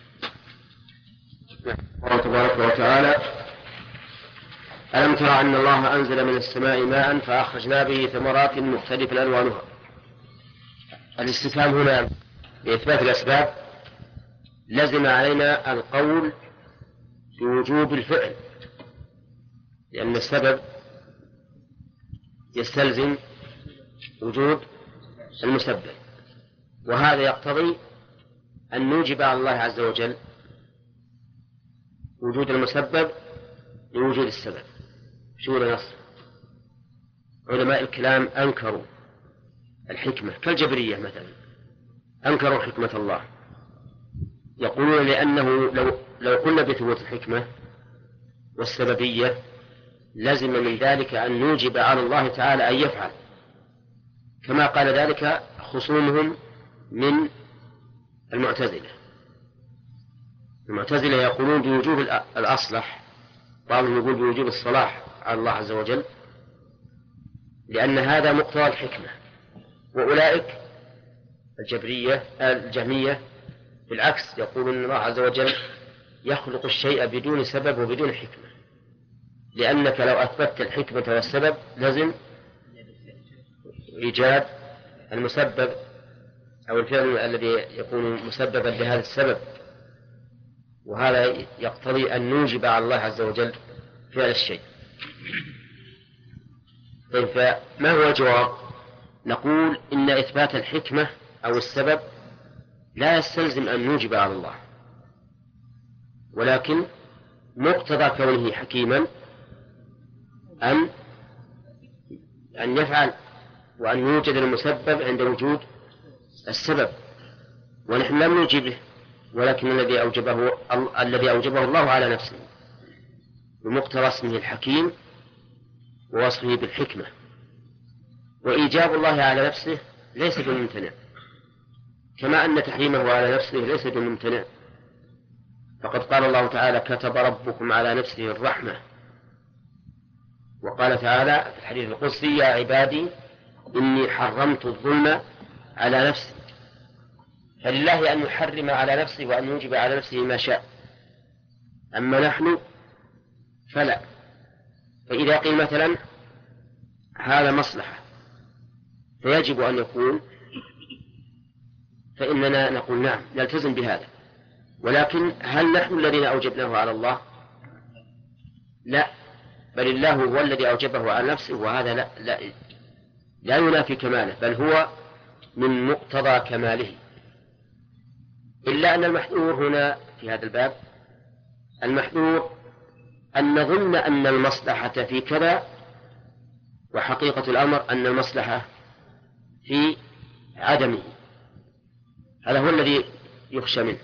الله تبارك وتعالى: ألم تر أن الله أنزل من السماء ماء فأخرجنا به ثمرات مختلفا ألوانها. الاستفهام هنا لإثبات الأسباب، لزم علينا القول بوجوب الفعل، لأن السبب يستلزم وجود المسبب، وهذا يقتضي أن نوجب على الله عز وجل وجود المسبب لوجود السبب. شو النص؟ علماء الكلام أنكروا الحكمة كالجبرية مثلا، أنكروا حكمة الله، يقولون لأنه لو, لو قلنا بثبوت الحكمة والسببية لازم من ذلك أن نوجب على الله تعالى أن يفعل، كما قال ذلك خصومهم من المعتزلة. المعتزلة يقولون بوجوب الأصلح، بعضهم يقول بوجوب الصلاح على الله عز وجل، لأن هذا مقتضى الحكمة. وأولئك الجبرية الجهمية بالعكس يقولون أن الله عز وجل يخلق الشيء بدون سبب وبدون حكمة، لأنك لو أثبتت الحكمة والسبب لازم إيجاد المسبب أو الفعل الذي يكون مسببا لهذا السبب، وهذا يقتضي أن نوجب على الله عز وجل فعل الشيء. طيب، فما هو الجواب؟ نقول إن إثبات الحكمة أو السبب لا يستلزم أن نوجب على الله، ولكن مقتضى كونه حكيما أن أن يفعل وأن يوجد المسبب عند وجود السبب، ونحن لم نوجبه، ولكن الذي أوجبه الذي أوجبه الله على نفسه بمقتضى اسمه الحكيم ووصفه بالحكمة. وإيجاب الله على نفسه ليس بممتنع، كما أن تحريمه على نفسه ليس بممتنع. فقد قال الله تعالى: كتب ربكم على نفسه الرحمة. وقال تعالى في الحديث القدسي: يا عبادي إني حرمت الظلم على نفسي. فلله أن يحرم على نفسه وأن يوجب على نفسه ما شاء، أما نحن فلا. فإذا قيل مثلا هذا مصلحة فيجب أن يكون، فإننا نقول نعم نلتزم بهذا، ولكن هل نحن الذين أوجبناه على الله؟ لا، بل الله هو الذي أوجبه على نفسه، وهذا لا, لا, لا ينافي كماله، بل هو من مقتضى كماله. إلا أن المحذور هنا في هذا الباب، المحذور أن نظن أن المصلحة في كذا، وحقيقة الأمر أن المصلحة في عدمه. هذا هو الذي يخشى منه،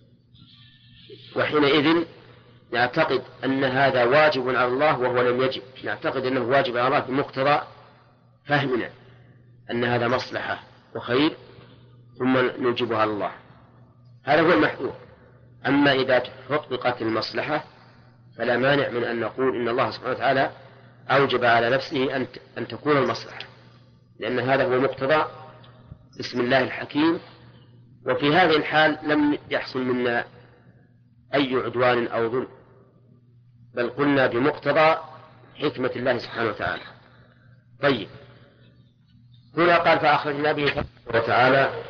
وحينئذ نعتقد أن هذا واجب على الله وهو لم يجب، نعتقد أنه واجب على الله بمقتضى فهمنا أن هذا مصلحة وخير ثم نوجبها على الله. هذا هو المحذور. أما إذا تطبقت المصلحة فلا مانع من أن نقول إن الله سبحانه وتعالى أوجب على نفسه أن أن تكون المصلحة، لأن هذا هو مقتضى اسم الله الحكيم. وفي هذه الحال لم يحصل منا أي عدوان أو ظلم، بل قلنا بمقتضى حكمة الله سبحانه وتعالى. طيب، هنا قال: فأخرجنا به وتعالى.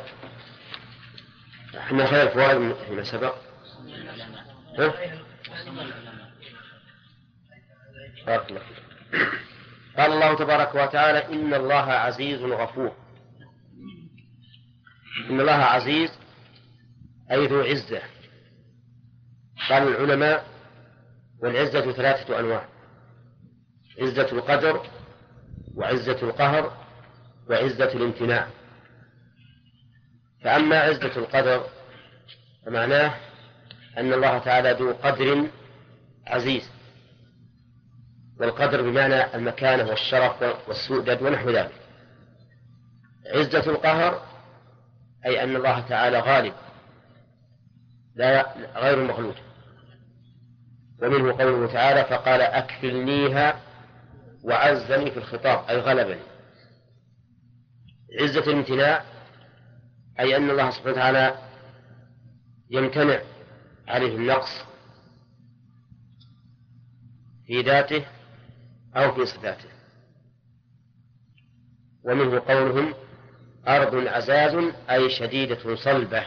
احنا خير الفوائد فيما سبق. ها؟ بارك الله فيك. قال الله تبارك وتعالى: إن الله عزيز غفور. إن الله عزيز أي ذو عزة. قال العلماء: والعزة ثلاثة أنواع: عزة القدر، وعزة القهر، وعزة الامتناع. فأما عزة القدر فمعناه أن الله تعالى ذو قدر عزيز، والقدر بمعنى المكانة والشرف والسؤدد ونحو ذلك. عزة القهر أي أن الله تعالى غالب لا غير مغلوب، ومنه قوله تعالى: فقال أكفلنيها وعزني في الخطاب أي غلبني. عزة الامتناع أي أن الله سبحانه وتعالى يمتنع عليه النقص في ذاته أو في صفاته. ومنه قولهم: أرض عزاز أي شديدة صلبة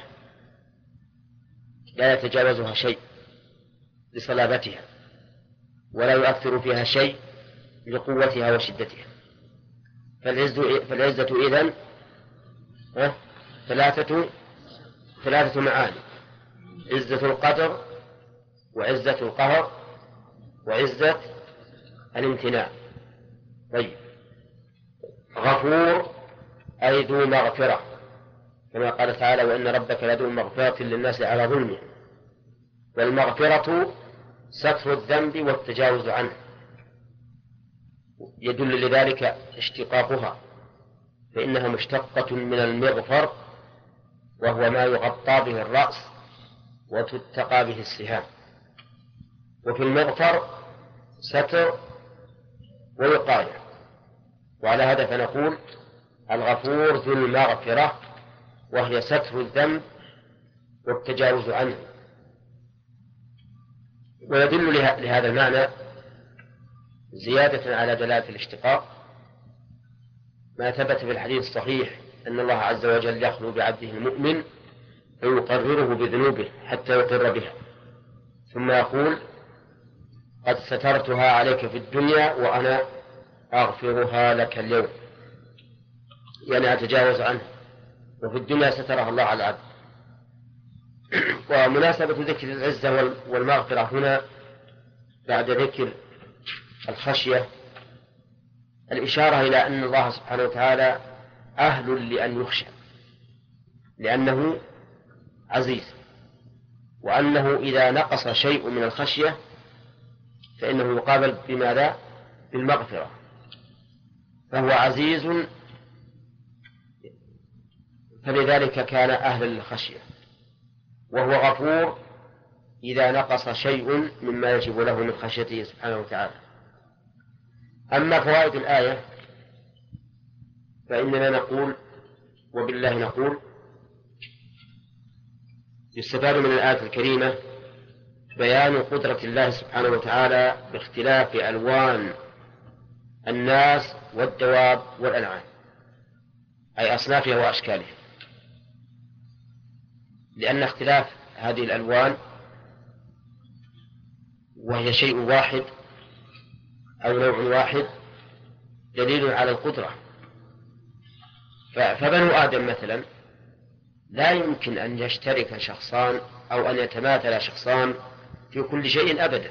لا يتجاوزها شيء لصلابتها، ولا يؤثر فيها شيء لقوتها وشدتها. فالعزة إذن ثلاثة ثلاثة معاني: عزة القدر، وعزة القهر، وعزة الامتناع. طيب، غفور أي ذو مغفرة، كما قال تعالى: وإن ربك لذو مغفرة للناس على ظلمهم. والمغفرة ستر الذنب والتجاوز عنه، يدل لذلك اشتقاقها، فإنها مشتقة من المغفر، وهو ما يغطى به الرأس وتتقى به السهام. وفي المغفر ستر ووقاية، وعلى هذا فنقول: الغفور ذو المغفرة، وهي ستر الذنب والتجاوز عنه. ويدل لهذا المعنى زيادة على دلالة الاشتقاق ما ثبت في الحديث الصحيح أن الله عز وجل يخلو بعبده المؤمن فيقرره بذنوبه حتى يقر بها، ثم يقول: قد سترتها عليك في الدنيا وأنا أغفرها لك اليوم، يعني أتجاوز عنه. وفي الدنيا سترها الله على العبد. ومناسبة ذكر العزة والمغفرة هنا بعد ذكر الخشية الإشارة إلى أن الله سبحانه وتعالى أهل لأن يخشى، لأنه عزيز، وأنه إذا نقص شيء من الخشية فإنه يقابل بماذا؟ بالمغفرة، فهو عزيز فلذلك كان أهلا للخشية، وهو غفور إذا نقص شيء مما يجب له من خشيته سبحانه وتعالى. أما فوائد الآية فإننا نقول وبالله نقول: يستفاد من الآية الكريمة بيان قدرة الله سبحانه وتعالى باختلاف ألوان الناس والدواب والأنعام، أي أصنافها وأشكالها، لأن اختلاف هذه الألوان وهي شيء واحد أو نوع واحد دليل على القدرة. فبنو آدم مثلا لا يمكن أن يشترك شخصان أو أن يتماثل شخصان في كل شيء أبدا،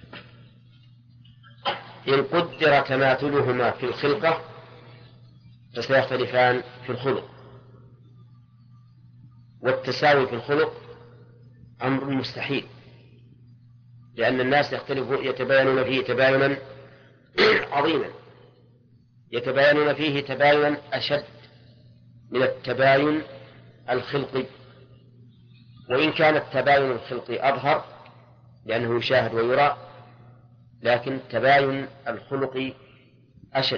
إن قدر تماثلهما في الخلقة فسيختلفان في الخلق، والتساوي في الخلق أمر مستحيل، لأن الناس يختلفون يتباينون فيه تباينا عظيما، يتباينون فيه تباينا أشد من التباين الخلقي، وإن كان التباين الخلقي أظهر لأنه يشاهد ويرى، لكن التباين الخلقي أشد،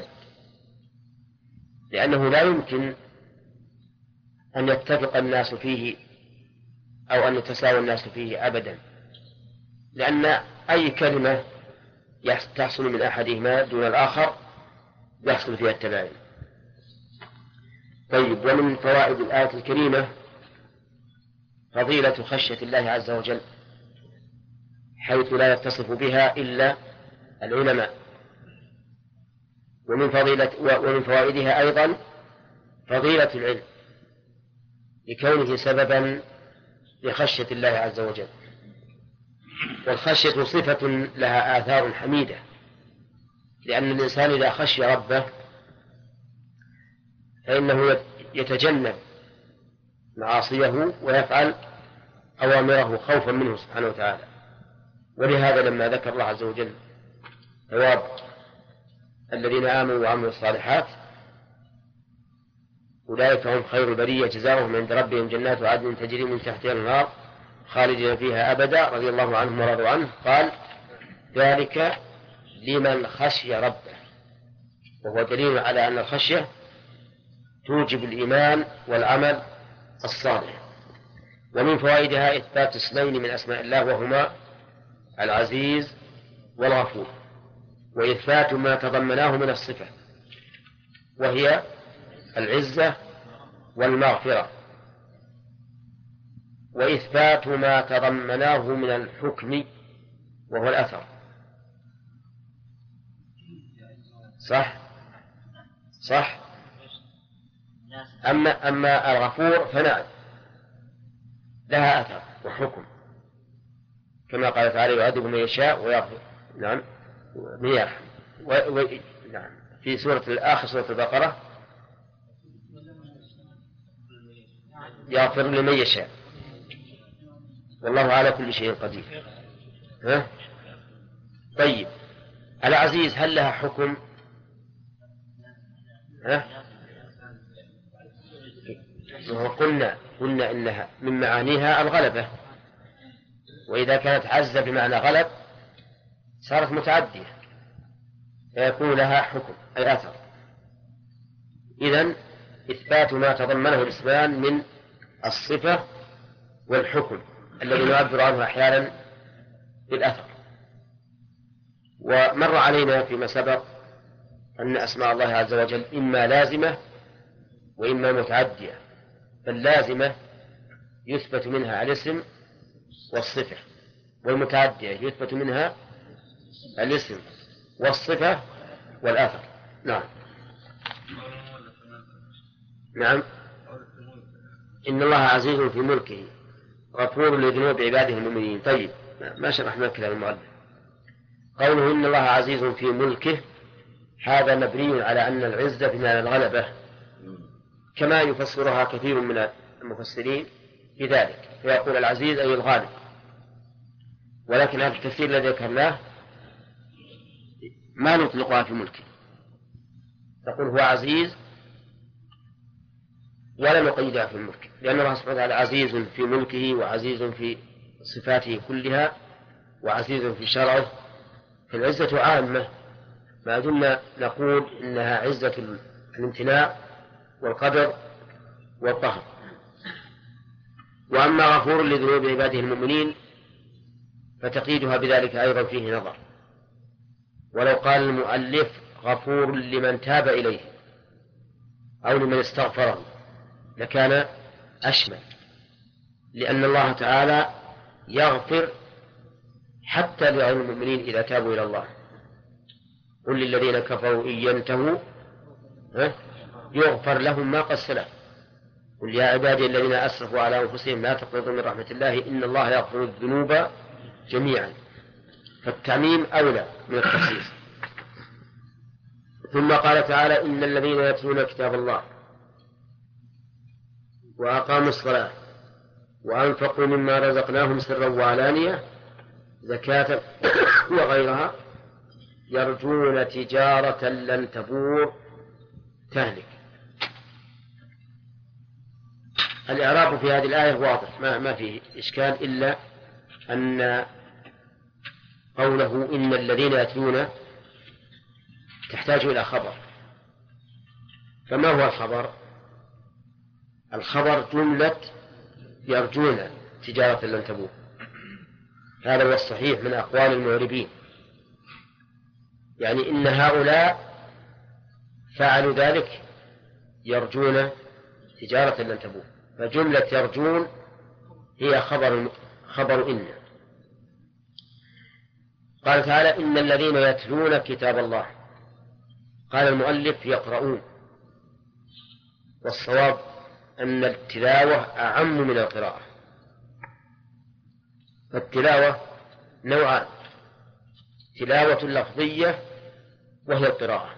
لأنه لا يمكن أن يتفق الناس فيه أو أن يتساوى الناس فيه أبدا، لأن أي كلمة تحصل من أحدهما دون الآخر يحصل فيها التباين. طيب، ومن فوائد الآية الكريمة فضيلة خشية الله عز وجل، حيث لا يتصف بها إلا العلماء، ومن فضيلة ومن فوائدها أيضا فضيلة العلم لكونه سببا لخشية الله عز وجل، والخشية صفة لها آثار حميدة، لأن الإنسان إذا خشي ربه فإنه يتجنب معاصيه ويفعل أوامره خوفا منه سبحانه وتعالى. ولهذا لما ذكر الله عز وجل ثواب الذين آمنوا وعملوا الصالحات أولئك هم خير البرية جزاؤهم عند ربهم جنات عدن تجري من تحتها الأنهار خالدين فيها أبدا رضي الله عنهم ورضوا عنه، قال: ذلك لمن خشي ربه، وهو دليل على أن الخشية توجب الإيمان والعمل الصالح. ومن فوائدها إثبات اسمين من أسماء الله وهما العزيز والغفور، وإثبات ما تضمناه من الصفة وهي العزة والمغفرة، وإثبات ما تضمناه من الحكم وهو الأثر. صح صح أما أما الغفور فنعم لها أثر وحكم، كما قال تعالى: يعذب من يشاء ويغفر. نعم من يرحم. و... و... نعم في سورة الآخر سورة البقرة: يغفر لمن يشاء والله على كل شيء قدير. ها؟ طيب، العزيز هل لها حكم؟ ها؟ قلنا قلنا إنها من معانيها الغلبة، وإذا كانت عزة بمعنى غلب صارت متعدية فيكون لها حكم أي أثر. إذن إثبات ما تضمنه الإسلام من الصفة والحكم الذي نعبر عنه أحيانا بالأثر. ومر علينا فيما سبق أن أسماء الله عز وجل إما لازمة وإما متعدية، فاللازمة يثبت منها الاسم والصفة، والمتعدية يثبت منها الاسم والصفة والأثر. نعم نعم إن الله عزيز في ملكه غفور لذنوب عباده المؤمنين. طيب، ما شرحنا كلام المؤلف. قوله إن الله عزيز في ملكه هذا مبني على أن العزة بمعنى الغلبة، كما يفسرها كثير من المفسرين بذلك، فيقول العزيز أي الغالب. ولكن هذا التفسير الذي ذكرناه ما نطلقها في ملكه، تقول هو عزيز ولا نقيدها في الملك، لأن الله سبحانه وتعالى عزيز في ملكه وعزيز في صفاته كلها وعزيز في شرعه، فالعزة عامة ما دمنا نقول إنها عزة الامتناع والقدر والقهر. وأما غفور لذنوب عباده المؤمنين فتقييدها بذلك أيضا فيه نظر، ولو قال المؤلف غفور لمن تاب إليه أو لمن استغفره لكان أشمل، لأن الله تعالى يغفر حتى لغير المؤمنين إذا تابوا إلى الله. قل للذين كفروا إن ينتهوا يغفر لهم ما قد سلف، قل يا عبادي الذين أسرفوا على أنفسهم لا تقنطوا من رحمة الله إن الله يغفر الذنوب جميعا، فالتعميم أولى من التخصيص. ثم قال تعالى إن الذين يتلون كتاب الله وأقاموا الصلاة وأنفقوا مما رزقناهم سرا وعلانية زكاة وغيرها يرجون تجارة لن تبور تهلك. الإعراب في هذه الآية واضح، ما, ما فيه إشكال، إلا أن قوله إن الذين يتلون تحتاج إلى خبر. فما هو الخبر؟ الخبر جملة يرجون تجارة لن تبور، هذا هو الصحيح من أقوال المعربين، يعني إن هؤلاء فعلوا ذلك يرجون تجارة لن تبور، فجملة يرجون هي خبر خبر إن. قال تعالى إن الذين يتلون كتاب الله، قال المؤلف يقرؤون، والصواب أن التلاوة أعم من القراءة. فالتلاوة نوعان، تلاوة لفظية وهي القراءة،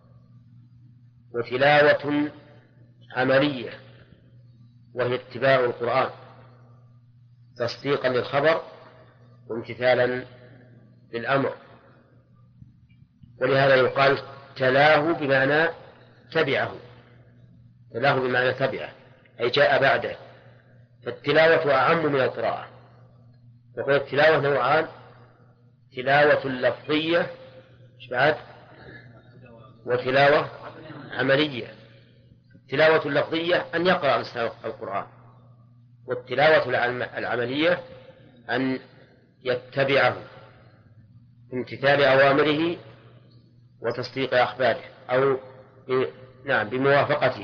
وتلاوة عملية وهي اتباع القرآن تصديقا للخبر وامتثالا للأمر. ولهذا يقال تلاه بمعنى تبعه، تلاه بمعنى تبعه أي جاء بعده، فالتلاوة أعم من القراءة. وقال التلاوة نوعان، تلاوة لفظية بعد وتلاوة عملية. التلاوة اللفظية أن يقرأ الإنسان القرآن، والتلاوة العملية أن يتبعه بامتثال أوامره وتصديق أخباره، أو نعم بموافقته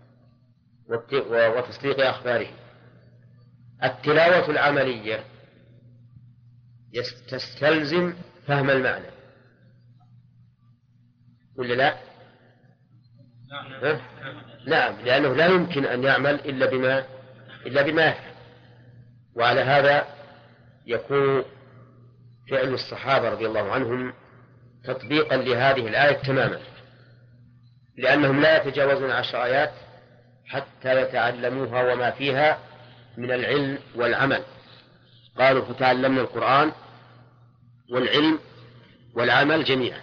وتصديق أخباره. التلاوة العملية تستلزم فهم المعنى ولا لا؟ ها؟ نعم، لأنه لا يمكن أن يعمل إلا بما إلا بما يفهم. وعلى هذا يكون فعل الصحابة رضي الله عنهم تطبيقا لهذه الآية تماما، لأنهم لا يتجاوزون عشر آيات حتى يتعلموها وما فيها من العلم والعمل. قالوا فتعلمنا القرآن والعلم والعمل جميعا.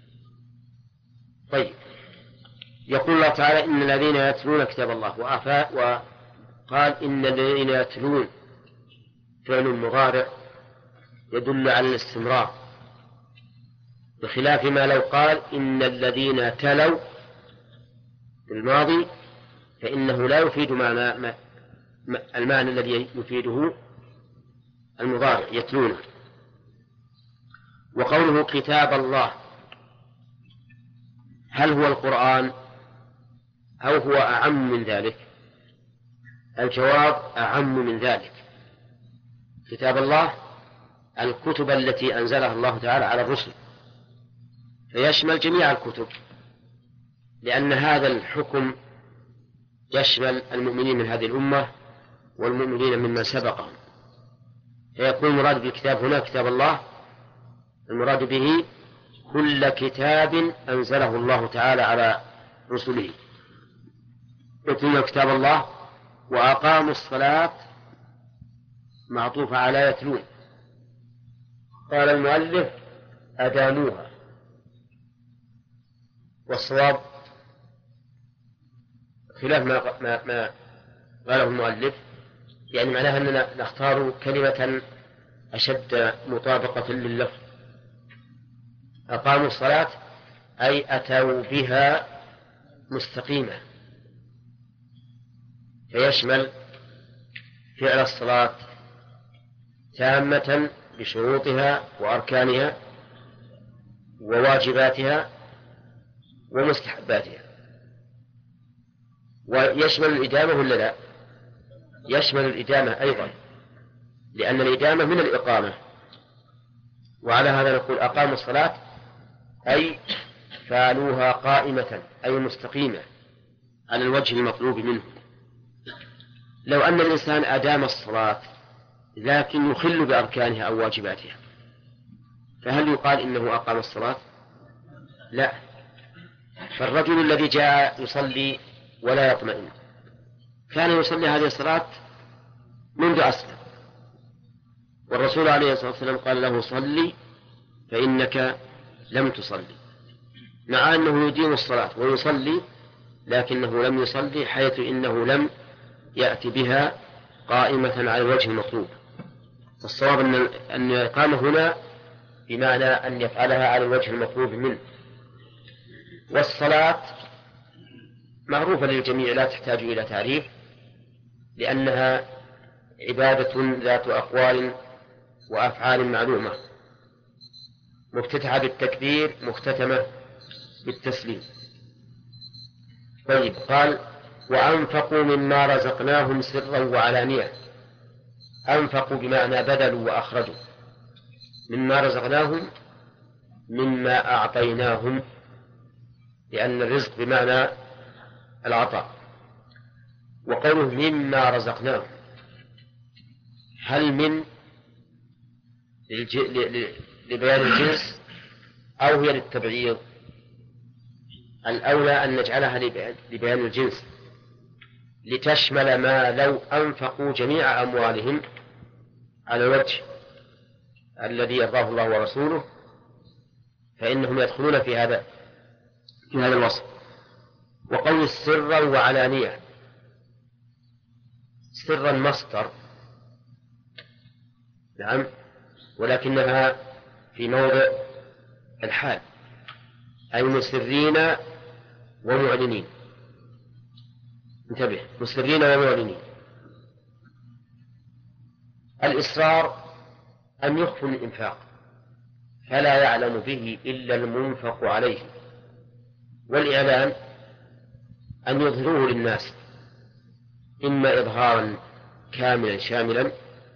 طيب، يقول الله تعالى إن الذين يتلون كتاب الله وأفاء، وقال إن الذين يتلون فعل مضارع يدل على الاستمرار، بخلاف ما لو قال إن الذين تلوا بالماضي فإنه لا يفيد معنى المعنى الذي يفيده المضارع يتلونه. وقوله كتاب الله هل هو القرآن أو هو أعم من ذلك؟ الجواب أعم من ذلك. كتاب الله الكتب التي أنزلها الله تعالى على الرسل، فيشمل جميع الكتب، لأن هذا الحكم يشمل المؤمنين من هذه الأمة والمؤمنين ممن سبقهم، فيكون المراد بالكتاب هنا كتاب الله، المراد به كل كتاب أنزله الله تعالى على رسله، يتلون كتاب الله وأقاموا الصلاة معطوفة على يتلون. قال المؤلف أداموها، والصواب خلاف ما, ما, ما قاله المؤلف، يعني معناها أننا نختار كلمة أشد مطابقة لللفظ. أقاموا الصلاة أي أتوا بها مستقيمة، فيشمل فعل الصلاة تامة بشروطها وأركانها وواجباتها ومستحباتها. ويشمل الإدامة ولا لا؟ يشمل الإدامة أيضا، لأن الإدامة من الإقامة. وعلى هذا نقول أقاموا الصلاة أي فعلوها قائمة أي مستقيمة على الوجه المطلوب منه. لو أن الإنسان أدام الصلاة لكن يخل بأركانها أو واجباتها، فهل يقال إنه أقام الصلاة؟ لا. فالرجل الذي جاء يصلي ولا يطمئن كان يصلي هذه الصلاة منذ أسلم، والرسول عليه الصلاة والسلام قال له صلي فإنك لم تصلي، مع أنه يدين الصلاة ويصلي لكنه لم يصلي، حيث إنه لم يأتي بها قائمة على الوجه المطلوب. فالصواب أن الإقامة هنا بمعنى أن يفعلها على الوجه المطلوب منه. والصلاة معروفة للجميع لا تحتاج إلى تعريف، لأنها عبادة ذات أقوال وأفعال معلومة، مفتتحة بالتكبير مختتمة بالتسليم. طيب، قال وأنفقوا مما رزقناهم سرا وعلانية. أنفقوا بمعنى بذلوا وأخرجوا، مما رزقناهم مما أعطيناهم، لأن الرزق بمعنى العطاء. وقوله مما رزقناهم، هل من لبيان الجنس أو هي للتبعيض؟ الأولى أن نجعلها لبيان الجنس لتشمل ما لو أنفقوا جميع أموالهم على الوجه الذي يرضاه الله ورسوله فإنهم يدخلون في هذا في هذا الوصف. وقول سرا وعلانية، سرا مصدر، نعم، ولكنها في موضع الحال، أي مسرين ومعلنين. انتبه، مسرين ومعلنين. الإصرار أن يخفوا الإنفاق فلا يعلم به إلا المنفق عليه، والإعلان أن يظهروه للناس، إما إظهارا كاملا شاملا،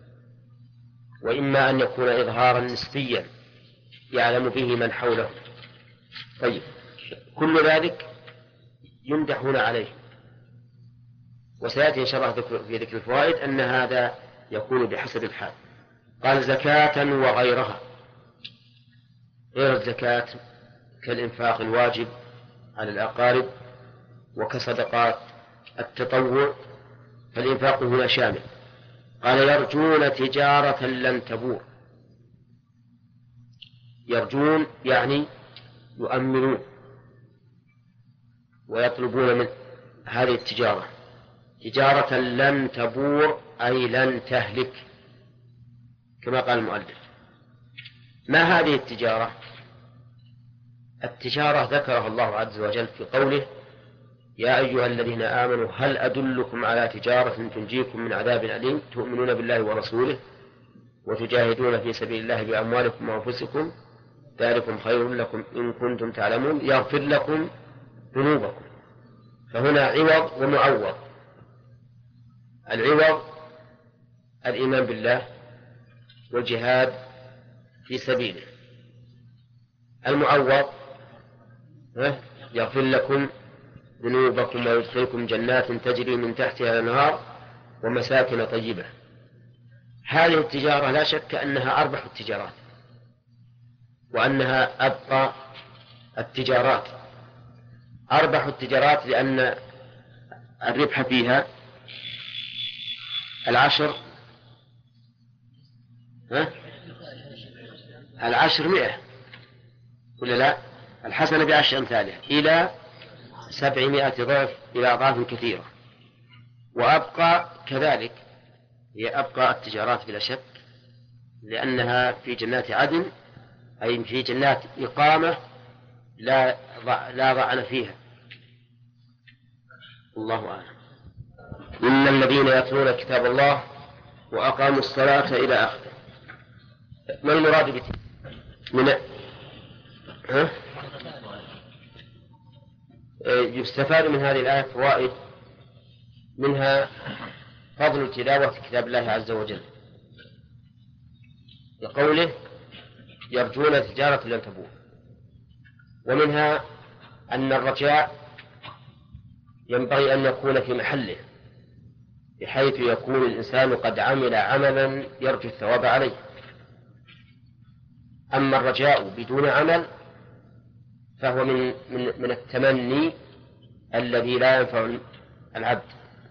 وإما أن يكون إظهارا نسبيا يعلم به من حوله. طيب، كل ذلك يمدحون عليه، وسيأتي إن شاء الله في ذكر الفوائد أن هذا يكون بحسب الحال. قال زكاة وغيرها، غير الزكاة كالإنفاق الواجب على الأقارب وكصدقات التطوع، فالإنفاق هنا شامل. قال يرجون تجارة لن تبور. يرجون يعني يؤمنون ويطلبون من هذه التجارة تجارة لن تبور أي لن تهلك، كما قال المؤلف. ما هذه التجارة؟ التجارة ذكرها الله عز وجل في قوله يا أيها الذين آمنوا هل أدلكم على تجارة تنجيكم من عذاب أليم تؤمنون بالله ورسوله وتجاهدون في سبيل الله بأموالكم وأنفسكم ذلكم خير لكم إن كنتم تعلمون يغفر لكم ذنوبكم. فهنا عوض ومعوض. العوض الإيمان بالله والجهاد في سبيله، المعوض يغفر لكم ذنوبكم ويدخلكم جنات تجري من تحتها الأنهار ومساكن طيبة. هذه التجارة لا شك أنها أربح التجارات، وأنها أبقى التجارات، أربح التجارات، لأن الربح فيها العشر ها؟ العشر مئة ولا لا؟ الحسنة بعشر أمثالها إلى سبعمائة ضعف إلى أضعاف كثيرة. وأبقى كذلك هي أبقى التجارات بلا شك، لأنها في جنات عدن، أي في جنات إقامة لا لا ضعن فيها. الله أعلم. إن الذين يتلون كتاب الله وأقاموا الصلاة إلى آخره. ما المراد بت... من ها؟ يستفاد من هذه الآية فوائد، منها فضل تلاوة كتاب الله عز وجل لقوله يرجون تجارة لن تبور، ومنها أن الرجاء ينبغي أن يكون في محله، بحيث يكون الإنسان قد عمل عملا يرجو الثواب عليه. أما الرجاء بدون عمل فهو من, من, من التمني الذي لا ينفع العبد.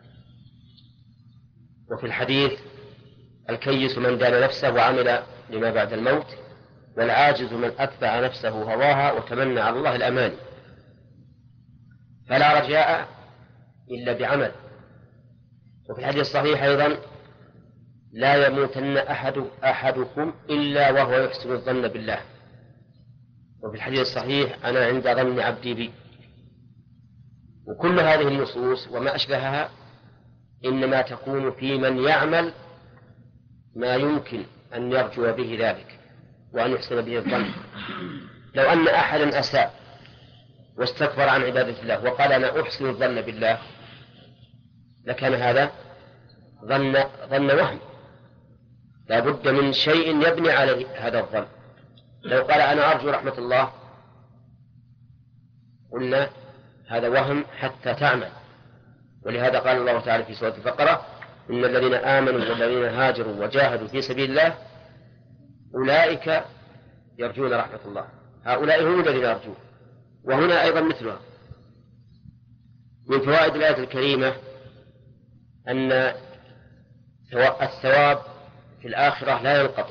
وفي الحديث الكيس من دان نفسه وعمل لما بعد الموت، والعاجز من أتبع نفسه هواها وتمنى على الله الأماني. فلا رجاء إلا بعمل. وفي الحديث الصحيح أيضا لا يموتن أحد أحدكم إلا وهو يحسن الظن بالله. وفي الحديث الصحيح أنا عند ظن عبدي بي. وكل هذه النصوص وما أشبهها إنما تكون في من يعمل ما يمكن أن يرجو به ذلك وأن يحسن به الظن. لو أن أحدا أساء واستكبر عن عبادة الله وقال أنا أحسن الظن بالله لكان هذا ظن ظن وهم، لا بد من شيء يبني على هذا الظن. لو قال أنا أرجو رحمة الله قلنا هذا وهم حتى تعمل. ولهذا قال الله تعالى في سورة البقرة إن الذين آمنوا والذين هاجروا وجاهدوا في سبيل الله أولئك يرجون رحمة الله. هؤلاء هم الذين يرجون. وهنا أيضا مثلها. من فوائد الآية الكريمة أن الثواب في الآخرة لا ينقطع،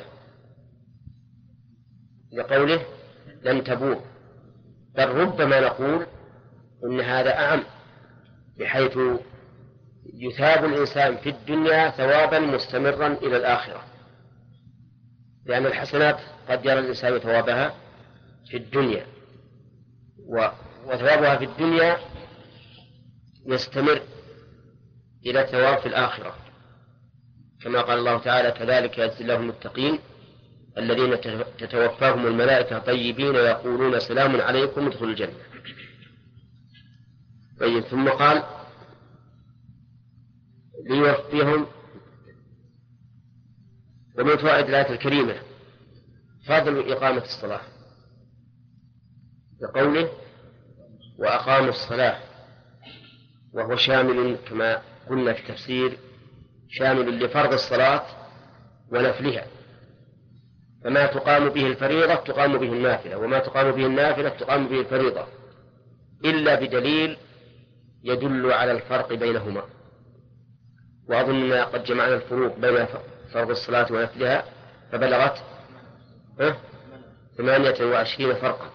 لقوله لن تبور، بل ربما نقول إن هذا أعم، بحيث يثاب الإنسان في الدنيا ثوابا مستمرا إلى الآخرة، لأن الحسنات قد يرى الإنسان ثوابها في الدنيا، وثوابها في الدنيا يستمر إلى الثواب في الآخرة، كما قال الله تعالى كذلك يجزي الله المتقين الذين تتوفاهم الملائكة طيبين يقولون سلام عليكم ادخلوا الجنة. طيب، ثم قال ليوفيهم. ومن فوائد الآية الكريمة فضل إقامة الصلاة، لقوله وأقاموا الصلاة، وهو شامل كما قلنا في التفسير شامل لفرض الصلاة ونفلها، فما تقام به الفريضة تقام به النافلة، وما تقام به النافلة تقام به الفريضة، إلا بدليل يدل على الفرق بينهما. وأظننا قد جمعنا الفروق بين فرض الصلاة ونفلها فبلغت ثمانية وعشرين فرقا،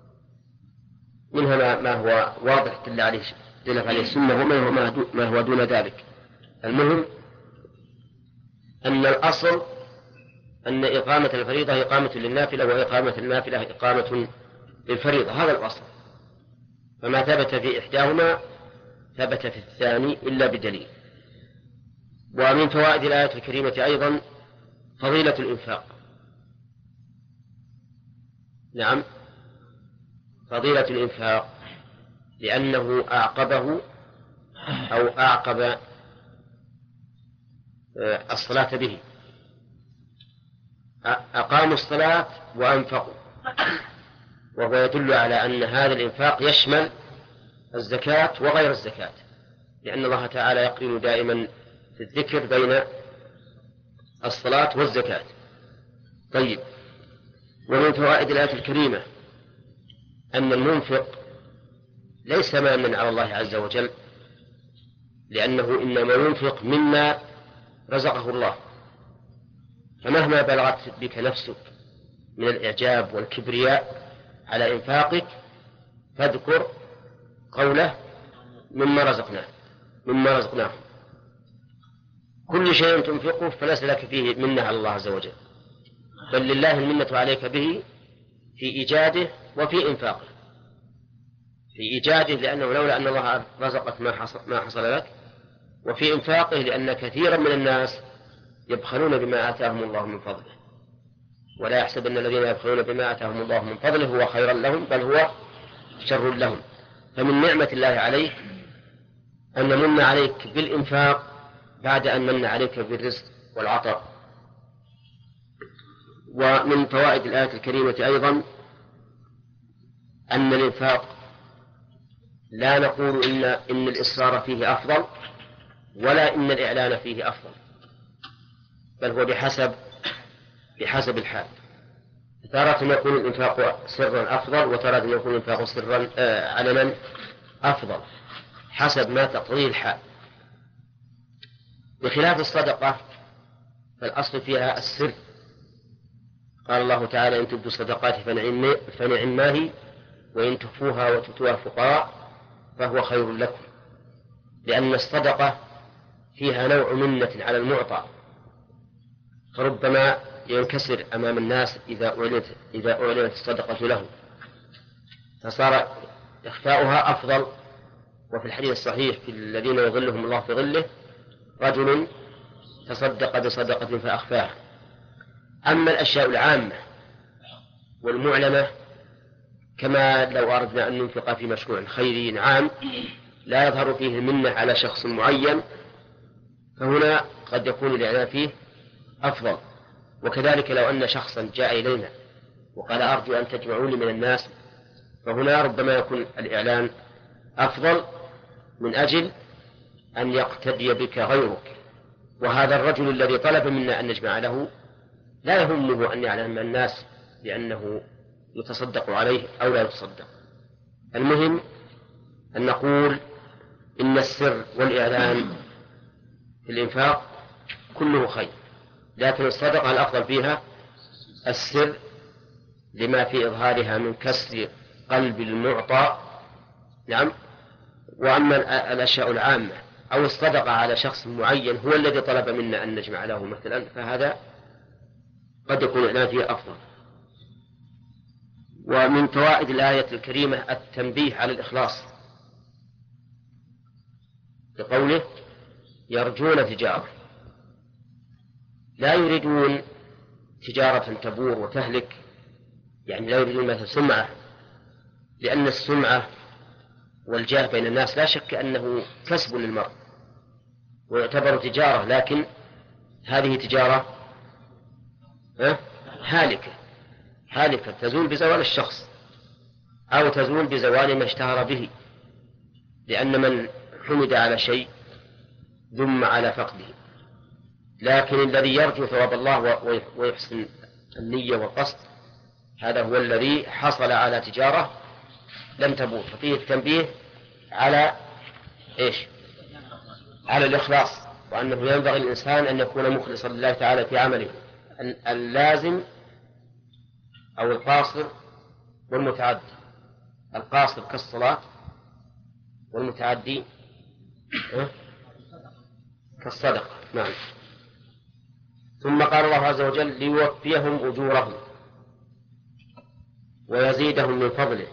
منها ما هو واضح دل عليه دلت عليه السنة، وما هو ما هو دون ذلك. المهم أن الأصل أن إقامة الفريضة إقامة للنافلة، وإقامة النافلة إقامة للفريضة، هذا الأصل. فما ثبت في إحداهما ثبت في الثاني إلا بدليل. ومن فوائد الآية الكريمة أيضا فضيلة الإنفاق. نعم، فضيلة الإنفاق، لأنه أعقبه أو أعقب الصلاة به. أقاموا الصلاة وأنفقوا، وهو يدل على أن هذا الإنفاق يشمل الزكاة وغير الزكاة، لأن الله تعالى يقرن دائما في الذكر بين الصلاة والزكاة. طيب، ومن فوائد الآية الكريمة أن المنفق ليس مامنا على الله عز وجل، لأنه إنما ينفق مما رزقه الله، فمهما بلغت بك نفسك من الإعجاب والكبرياء على إنفاقك فاذكر قوله مما رزقناه مما رزقناه كل شيء تنفقه فليس لك فيه منة على الله عز وجل، بل لله المنة عليك به في إيجاده وفي إنفاقه. في إيجاده لأنه لولا أن الله رزقك ما حصل, ما حصل لك، وفي إنفاقه لأن كثيرا من الناس يبخلون بما آتاهم الله من فضله، ولا يحسب أن الذين يبخلون بما آتاهم الله من فضله هو خيرا لهم، بل هو شر لهم. فمن نعمة الله عليك أن من عليك بالإنفاق بعد أن من عليك بالرزق والعطاء. ومن فوائد الآية الكريمة أيضا أن الإنفاق لا نقول إن, إن الإصرار فيه أفضل ولا إن الإعلان فيه أفضل، بل هو بحسب بحسب الحال. تارة يكون الإنفاق سرا أفضل، وتارة يكون الإنفاق سرا آه علنا أفضل، حسب ما تقضيه الحال. بخلاف الصدقة فالأصل فيها السر. قال الله تعالى إن تبدوا الصدقات فنعم, فنعم ما هي، وإن تخفوها وتؤتوها الفقراء فهو خير لكم، لأن الصدقة فيها نوع منة على المعطى، فربما ينكسر أمام الناس إذا أعلنت إذا أعلنت الصدقة له، فصار إخفاؤها أفضل. وفي الحديث الصحيح في الذين يظلهم الله في ظله رجل تصدق بصدقة فأخفاها. أما الأشياء العامة والمعلنة كما لو أردنا أن ننفق في مشروع خيري عام لا يظهر فيه المنة على شخص معين، فهنا قد يكون الإعلان فيه أفضل. وكذلك لو أن شخصا جاء إلينا وقال أرجو أن تجمعوا لي من الناس، فهنا ربما يكون الإعلان أفضل من أجل أن يقتدي بك غيرك. وهذا الرجل الذي طلب منا أن نجمع له لا يهمه أن يعلم من الناس لأنه يتصدق عليه أو لا يتصدق. المهم أن نقول إن السر والإعلان في الإنفاق كله خير، لكن الصدقة الأفضل فيها السر لما في إظهارها من كسر قلب المعطى. نعم. وأما الأشياء العامة أو الصدقة على شخص معين هو الذي طلب منا أن نجمع له مثلا، فهذا قد يكون الإعلان فيه أفضل. ومن فوائد الآية الكريمة التنبيه على الإخلاص بقوله يرجون تجارة، لا يريدون تجارة تبور وتهلك، يعني لا يريدون مثل سمعة، لأن السمعة والجاه بين الناس لا شك أنه كسب للمرء ويعتبر تجارة، لكن هذه تجارة هالكة هالكة تزول بزوال الشخص أو تزول بزوال ما اشتهر به، لأن من حمد على شيء ذم على فقده. لكن الذي يرجو ثواب الله ويحسن النية والقصد هذا هو الذي حصل على تجارة لم تبور. ففيه التنبيه على إيش؟ على الإخلاص، وأنه ينبغي الإنسان أن يكون مخلصا لله تعالى في عمله، اللازم أو القاصر والمتعدي. القاصر كالصلاة، والمتعدي كالصدقة. نعم. ثم قال الله عز وجل ليوفيهم أجورهم ويزيدهم من فضله.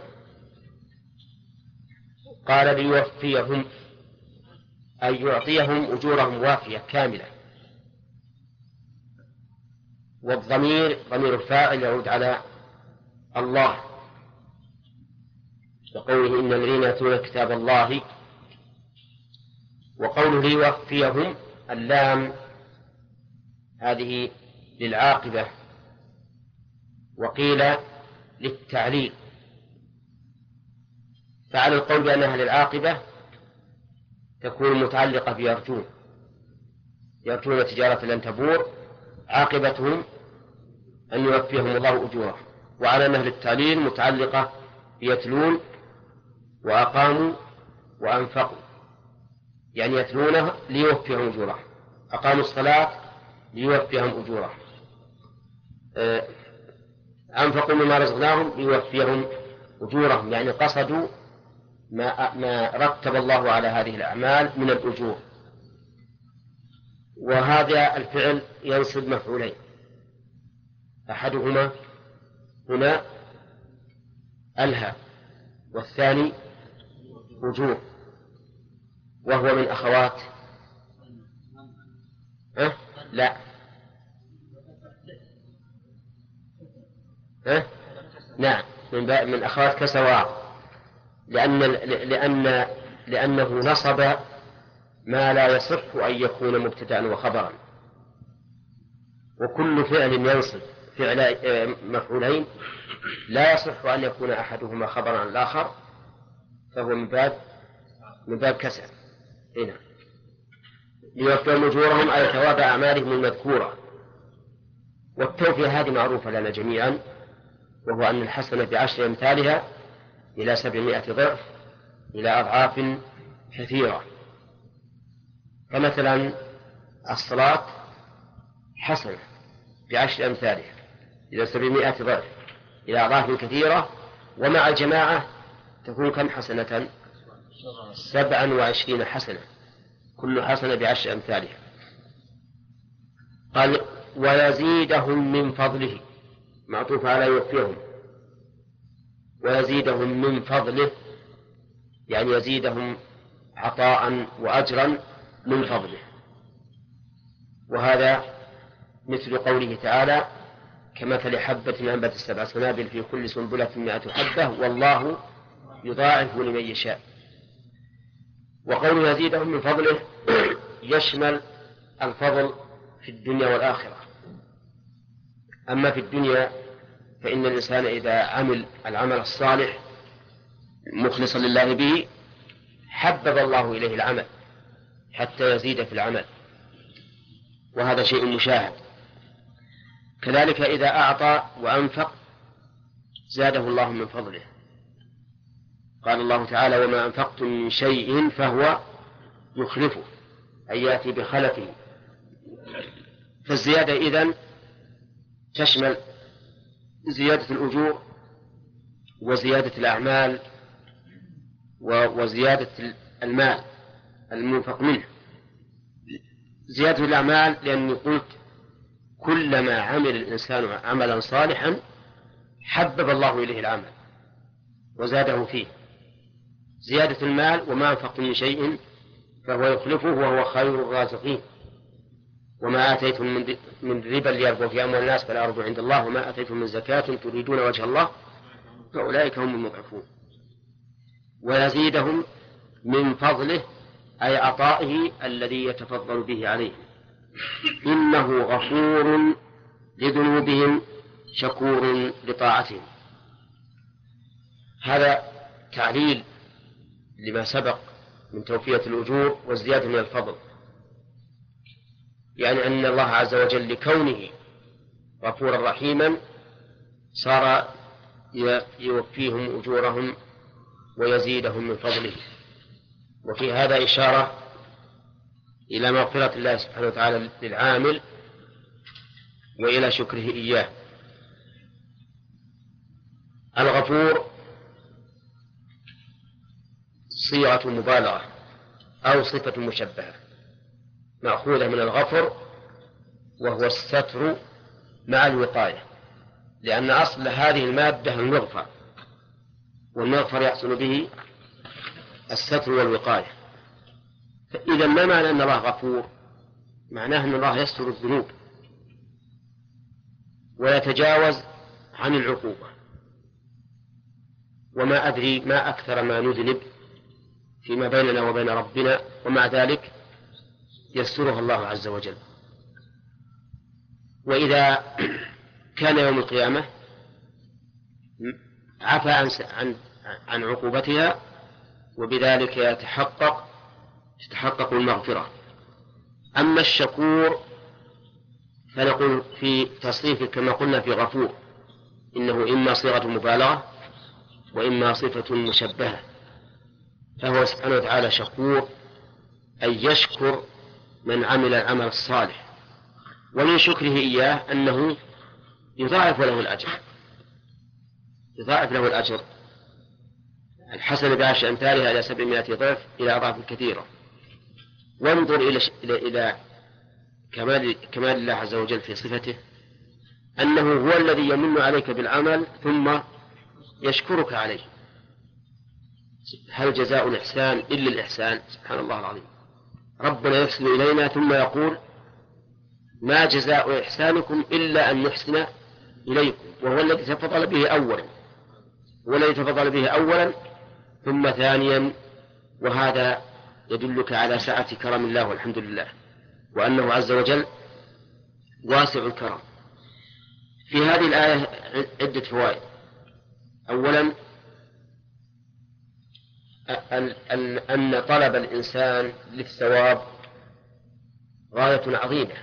قال ليوفيهم أي يعطيهم أجورهم وافية كاملة، والضمير ضمير الفاعل يعود على الله، وقوله إن الذين يتلون كتاب الله. وقوله ليوفيهم اللام هذه للعاقبة، وقيل للتعليل، فعلى القول بأنها للعاقبة تكون متعلقة بيرجون، يرجون تجارة لن تبور، عاقبتهم أن يوفيهم الله أجورهم. وعلى نهل التعليل متعلقة يتلون وأقاموا وأنفقوا، يعني يتلونه ليوفيهم أجورهم، أقاموا الصلاة ليوفيهم أجورهم، أنفقوا مما رزقناهم ليوفيهم أجورهم، يعني قصدوا ما, ما رتب الله على هذه الأعمال من الأجور. وهذا الفعل ينصب مفعولين، أحدهما هنا ألهى والثاني أجور، وهو من أخوات أه؟ لا أه؟ نعم من, من أخوات كسوار، لأن, لأن, لأنه نصب ما لا يصح أن يكون مبتدأ وخبرا، وكل فعل ينصب فعل مفعولين لا يصح أن يكون أحدهما خبرا عن الآخر فهو من باب من باب كسر. هنا ليوفيهم أجورهم أي ثواب أعمالهم المذكورة. والتوفية هذه معروفة لنا جميعا، وهو أن الحسنة بعشر أمثالها إلى سبعمائة ضعف إلى أضعاف كثيرة. فمثلا الصلاة حسنة بعشر أمثالها إلى سبعمائة ضعف إلى أضعاف كثيرة، ومع الجماعة تكون كم حسنة؟ سبعا وعشرين حسنة، كل حسنة بعشر أمثالها. قال ويزيدهم من فضله، معطوف على يوفيهم، ويزيدهم من فضله يعني يزيدهم عطاء وأجرا من فضله. وهذا مثل قوله تعالى كمثل حبة أنبتت سبع سنابل في كل سنبلة مائة حبة والله يضاعف لمن يشاء. وقوله يزيدهم من فضله يشمل الفضل في الدنيا والآخرة. أما في الدنيا فإن الإنسان إذا عمل العمل الصالح مخلصا لله به حبب الله إليه العمل حتى يزيد في العمل، وهذا شيء مشاهد. كذلك إذا أعطى وأنفق زاده الله من فضله. قال الله تعالى وما أنفقتم من شيء فهو يخلفه، أي يأتي بخلفه. فالزيادة إذن تشمل زيادة الأجور وزيادة الأعمال وزيادة المال المنفق منه. زيادة الأعمال لأني قلت كلما عمل الإنسان عملا صالحا حبب الله إليه العمل وزاده فيه. زيادة المال وما أنفقتم من شيء فهو يخلفه وهو خير الرازقين. وما آتيتم من ربا ليربو في أموال الناس فلا يربو عند الله وما آتيتم من زكاة تريدون وجه الله فأولئك هم المضعفون. ويزيدهم من فضله أي عطائه الذي يتفضل به عليهم، إنه غفور لذنوبهم شكور لطاعتهم. هذا تعليل لما سبق من توفية الأجور والزيادة من الفضل، يعني أن الله عز وجل لكونه غفورا رحيما صار يوفيهم أجورهم ويزيدهم من فضله. وفي هذا إشارة إلى مغفرة الله سبحانه وتعالى للعامل وإلى شكره إياه. الغفور صيغة مبالغة أو صفة مشبهة مأخوذة من الغفر وهو الستر مع الوقاية، لأن أصل هذه المادة المغفر، والمغفر يحصل به الستر والوقاية. فإذا ما معنى أن الله غفور؟ معناه أن الله يستر الذنوب ويتجاوز عن العقوبة. وما أدري ما أكثر ما نذنب فيما بيننا وبين ربنا، ومع ذلك يسترها الله عز وجل. وإذا كان يوم القيامة عفى عن عن عن عقوبتها، وبذلك يتحقق تتحقق المغفرة. أما الشكور فنقول في تصنيف كما قلنا في غفور، إنه إما صيغة مبالغة وإما صفة مشبهة، فهو سبحانه وتعالى شكور أي يشكر من عمل العمل الصالح، ومن شكره إياه أنه يضاعف له الأجر، يضاعف له الأجر الحسنة بعشر أمثالها إلى سبعمائة ضعف إلى أضعاف كثيرة. وانظر إلى إلى إلى كمال كمال الله عز وجل في صفته، أنه هو الذي يمن عليك بالعمل ثم يشكرك عليه. هل جزاء الإحسان إلا الإحسان؟ سبحان الله العظيم. ربنا يحسن إلينا ثم يقول ما جزاء إحسانكم إلا أن يحسن إليكم، وهو الذي تفضل به أولا، هو الذي تفضل به أولا ثم ثانيا. وهذا يدلك على سعة كرم الله والحمد لله، وأنه عز وجل واسع الكرم. في هذه الآية عدة فوائد. أولا أن طلب الإنسان للثواب غاية عظيمة،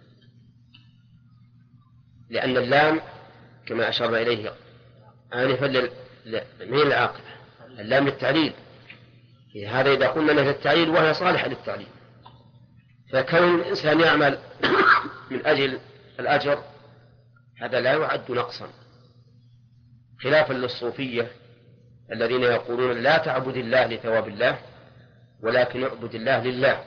لأن اللام كما أشرنا إليه آنفا من العاقبة، اللام للتعليل، هذا إذا قلنا له للتعليل وهي صالحة للتعليل. فكون الإنسان يعمل من أجل الأجر هذا لا يعد نقصا، خلافا للصوفية الذين يقولون لا تعبد الله لثواب الله ولكن اعبد الله لله،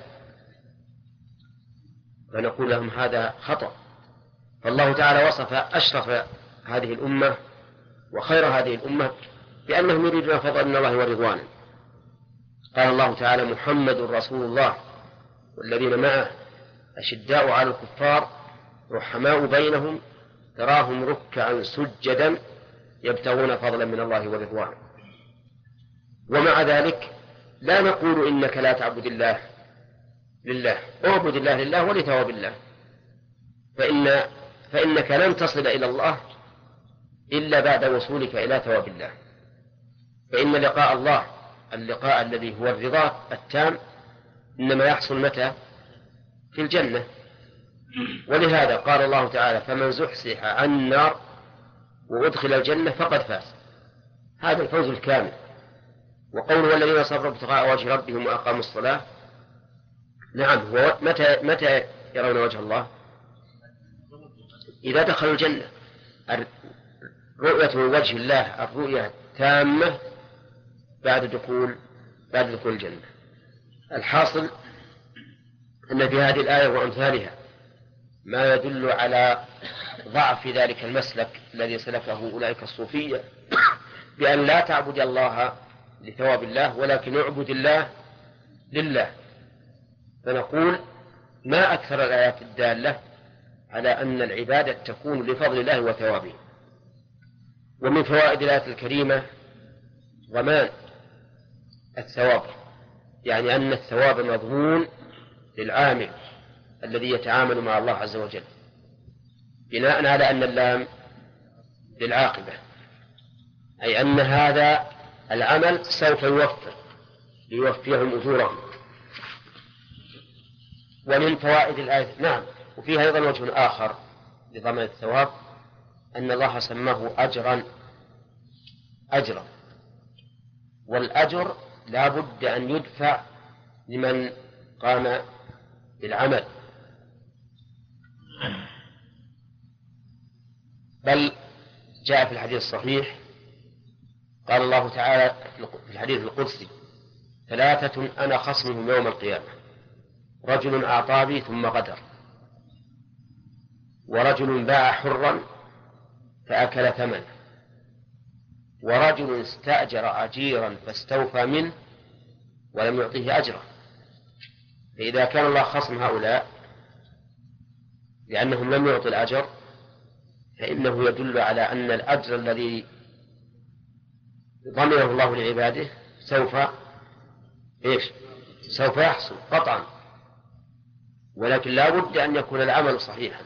فنقول لهم هذا خطأ. فالله تعالى وصف أشرف هذه الأمة وخير هذه الأمة بأنهم يريدون فضل من الله ورضوانه. قال الله تعالى محمد رسول الله والذين معه أشداء على الكفار رحماء بينهم تراهم ركعا سجدا يبتغون فضلا من الله ورضوانه. ومع ذلك لا نقول إنك لا تعبد الله لله، اعبد الله لله ولثواب الله، فإن فإنك لن تصل إلى الله إلا بعد وصولك إلى ثواب الله. فإن لقاء الله اللقاء الذي هو الرضا التام إنما يحصل متى؟ في الجنة. ولهذا قال الله تعالى فمن زحزح عن النار وأدخل الجنة فقد فاز، هذا الفوز الكامل. وقوله والذين صبروا ابتغاء وجه ربهم وأقاموا الصلاة، نعم هو متى متى يرون وجه الله؟ إذا دخلوا الجنة. رؤية وجه الله الرؤية تامة بعد دخول بعد دخول الجنة. الحاصل أن في هذه الآية وأمثالها ما يدل على ضعف ذلك المسلك الذي سلكه أولئك الصوفية بأن لا تعبد الله لثواب الله ولكن اعبد الله لله. فنقول ما أكثر الآيات الدالة على أن العبادة تكون لفضل الله وثوابه. ومن فوائد الآية الكريمة ضمان الثواب، يعني أن الثواب مضمون للعامل الذي يتعامل مع الله عز وجل، بناء على أن اللام للعاقبة، أي أن هذا العمل سوف يوفر ليوفيهم أجورهم. ومن فوائد الآية نعم وفيها أيضا وجه آخر لضمان الثواب، أن الله سماه أجرا أجرا والأجر لا بد أن يدفع لمن قام بالعمل، بل جاء في الحديث الصحيح قال الله تعالى في الحديث القدسي ثلاثة أنا خصمهم يوم القيامة، رجل أعطى بي ثم غدر، ورجل باع حرا فأكل ثمنه، ورجل استأجر أجيرا فاستوفى منه ولم يعطيه أجره. فإذا كان الله خصم هؤلاء لأنهم لم يعطوا الأجر فإنه يدل على أن الأجر الذي ضمنه الله لعباده سوف إيش؟ سوف يحصل قطعا، ولكن لا بد أن يكون العمل صحيحا.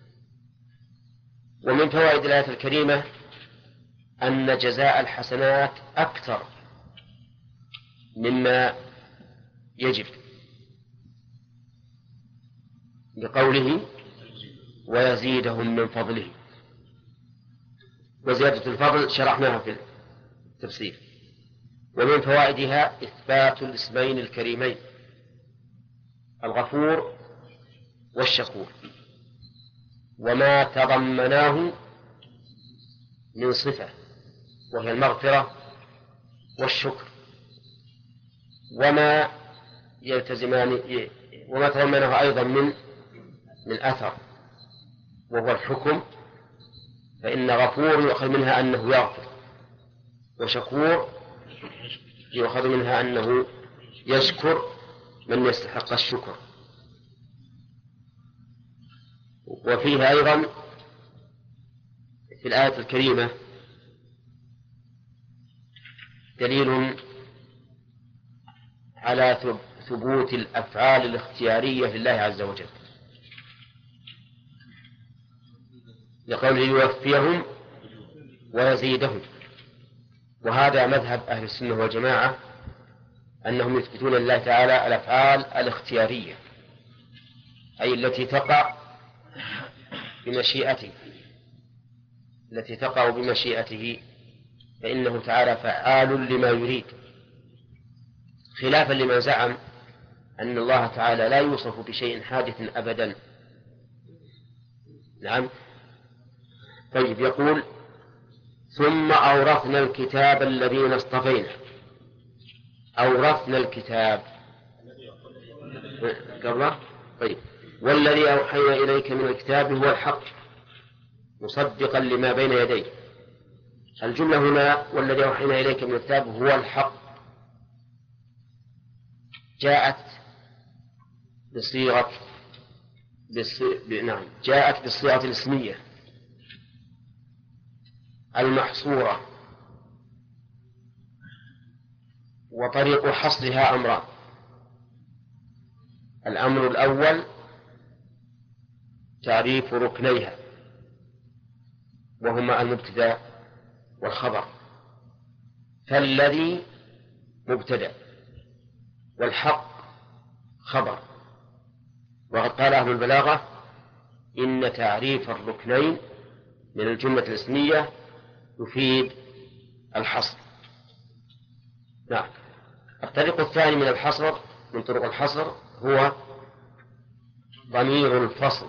ومن فوائد الآية الكريمة أن جزاء الحسنات أكثر مما يجب، بقوله ويزيدهم من فضله. وزيادة الفضل شرحناها في التفسير. ومن فوائدها إثبات الاسمين الكريمين الغفور والشكور وما تضمناه من صفة وهي المغفرة والشكر، وما يلتزمان وما تضمنه أيضا من من أثر وهو الحكم، فإن غفور يؤخذ منها أنه يغفر، وشكور يؤخذ منها أنه يشكر من يستحق الشكر. وفيها أيضا في الآية الكريمة دليل على ثبوت الأفعال الاختيارية لله عز وجل، لقوله يوفيهم ويزيدهم. وهذا مذهب أهل السنة والجماعة أنهم يثبتون لله تعالى الأفعال الاختيارية، أي التي تقع بمشيئته التي تقع بمشيئته فإنه تعالى فعال لما يريد، خلافا لمن زعم أن الله تعالى لا يوصف بشيء حادث أبدا. نعم. طيب، يقول ثم أورثنا الكتاب الذين اصطفينا. أورثنا الكتاب قبله. طيب، والذي أوحينا إليك من الكتاب هو الحق مصدقا لما بين يديه. الجملة هنا والذي أوحينا إليك من الكتاب هو الحق جاءت بصيغة بص... نعم جاءت بالصيغة الاسمية المحصورة، وطريق حصرها أمران. الأمر الأول تعريف ركنيها وهما المبتدأ والخبر، فالذي مبتدأ والحق خبر. وقد قال أهل البلاغة إن تعريف الركنين من الجملة الاسمية يفيد الحصر. نعم. الطريق الثاني من الحصر من طرق الحصر هو ضمير الفصل،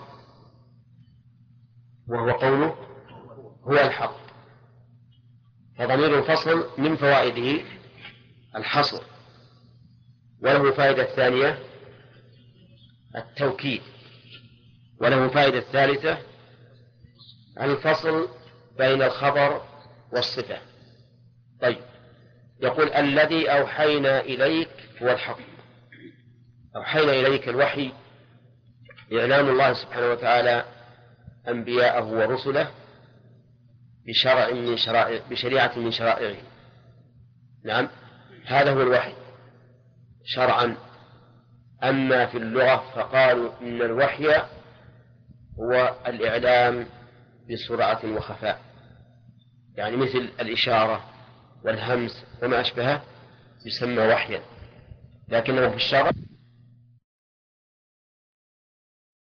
وهو قوله هو الحق. فضمير الفصل من فوائده الحصر، وله فائدة ثانية التوكيد، وله فائدة ثالثة الفصل بين الخبر والصفة. طيب، يقول الذي أوحينا إليك هو الحق. أوحينا إليك الوحي إعلام الله سبحانه وتعالى أنبياءه ورسله بشرع من شرائع بشريعة من شرائعه. نعم، هذا هو الوحي شرعا. أما في اللغة فقالوا إن الوحي هو الإعلام بسرعة وخفاء، يعني مثل الإشارة والهمس وما أشبهه يسمى وحيا، لكنه في الشرع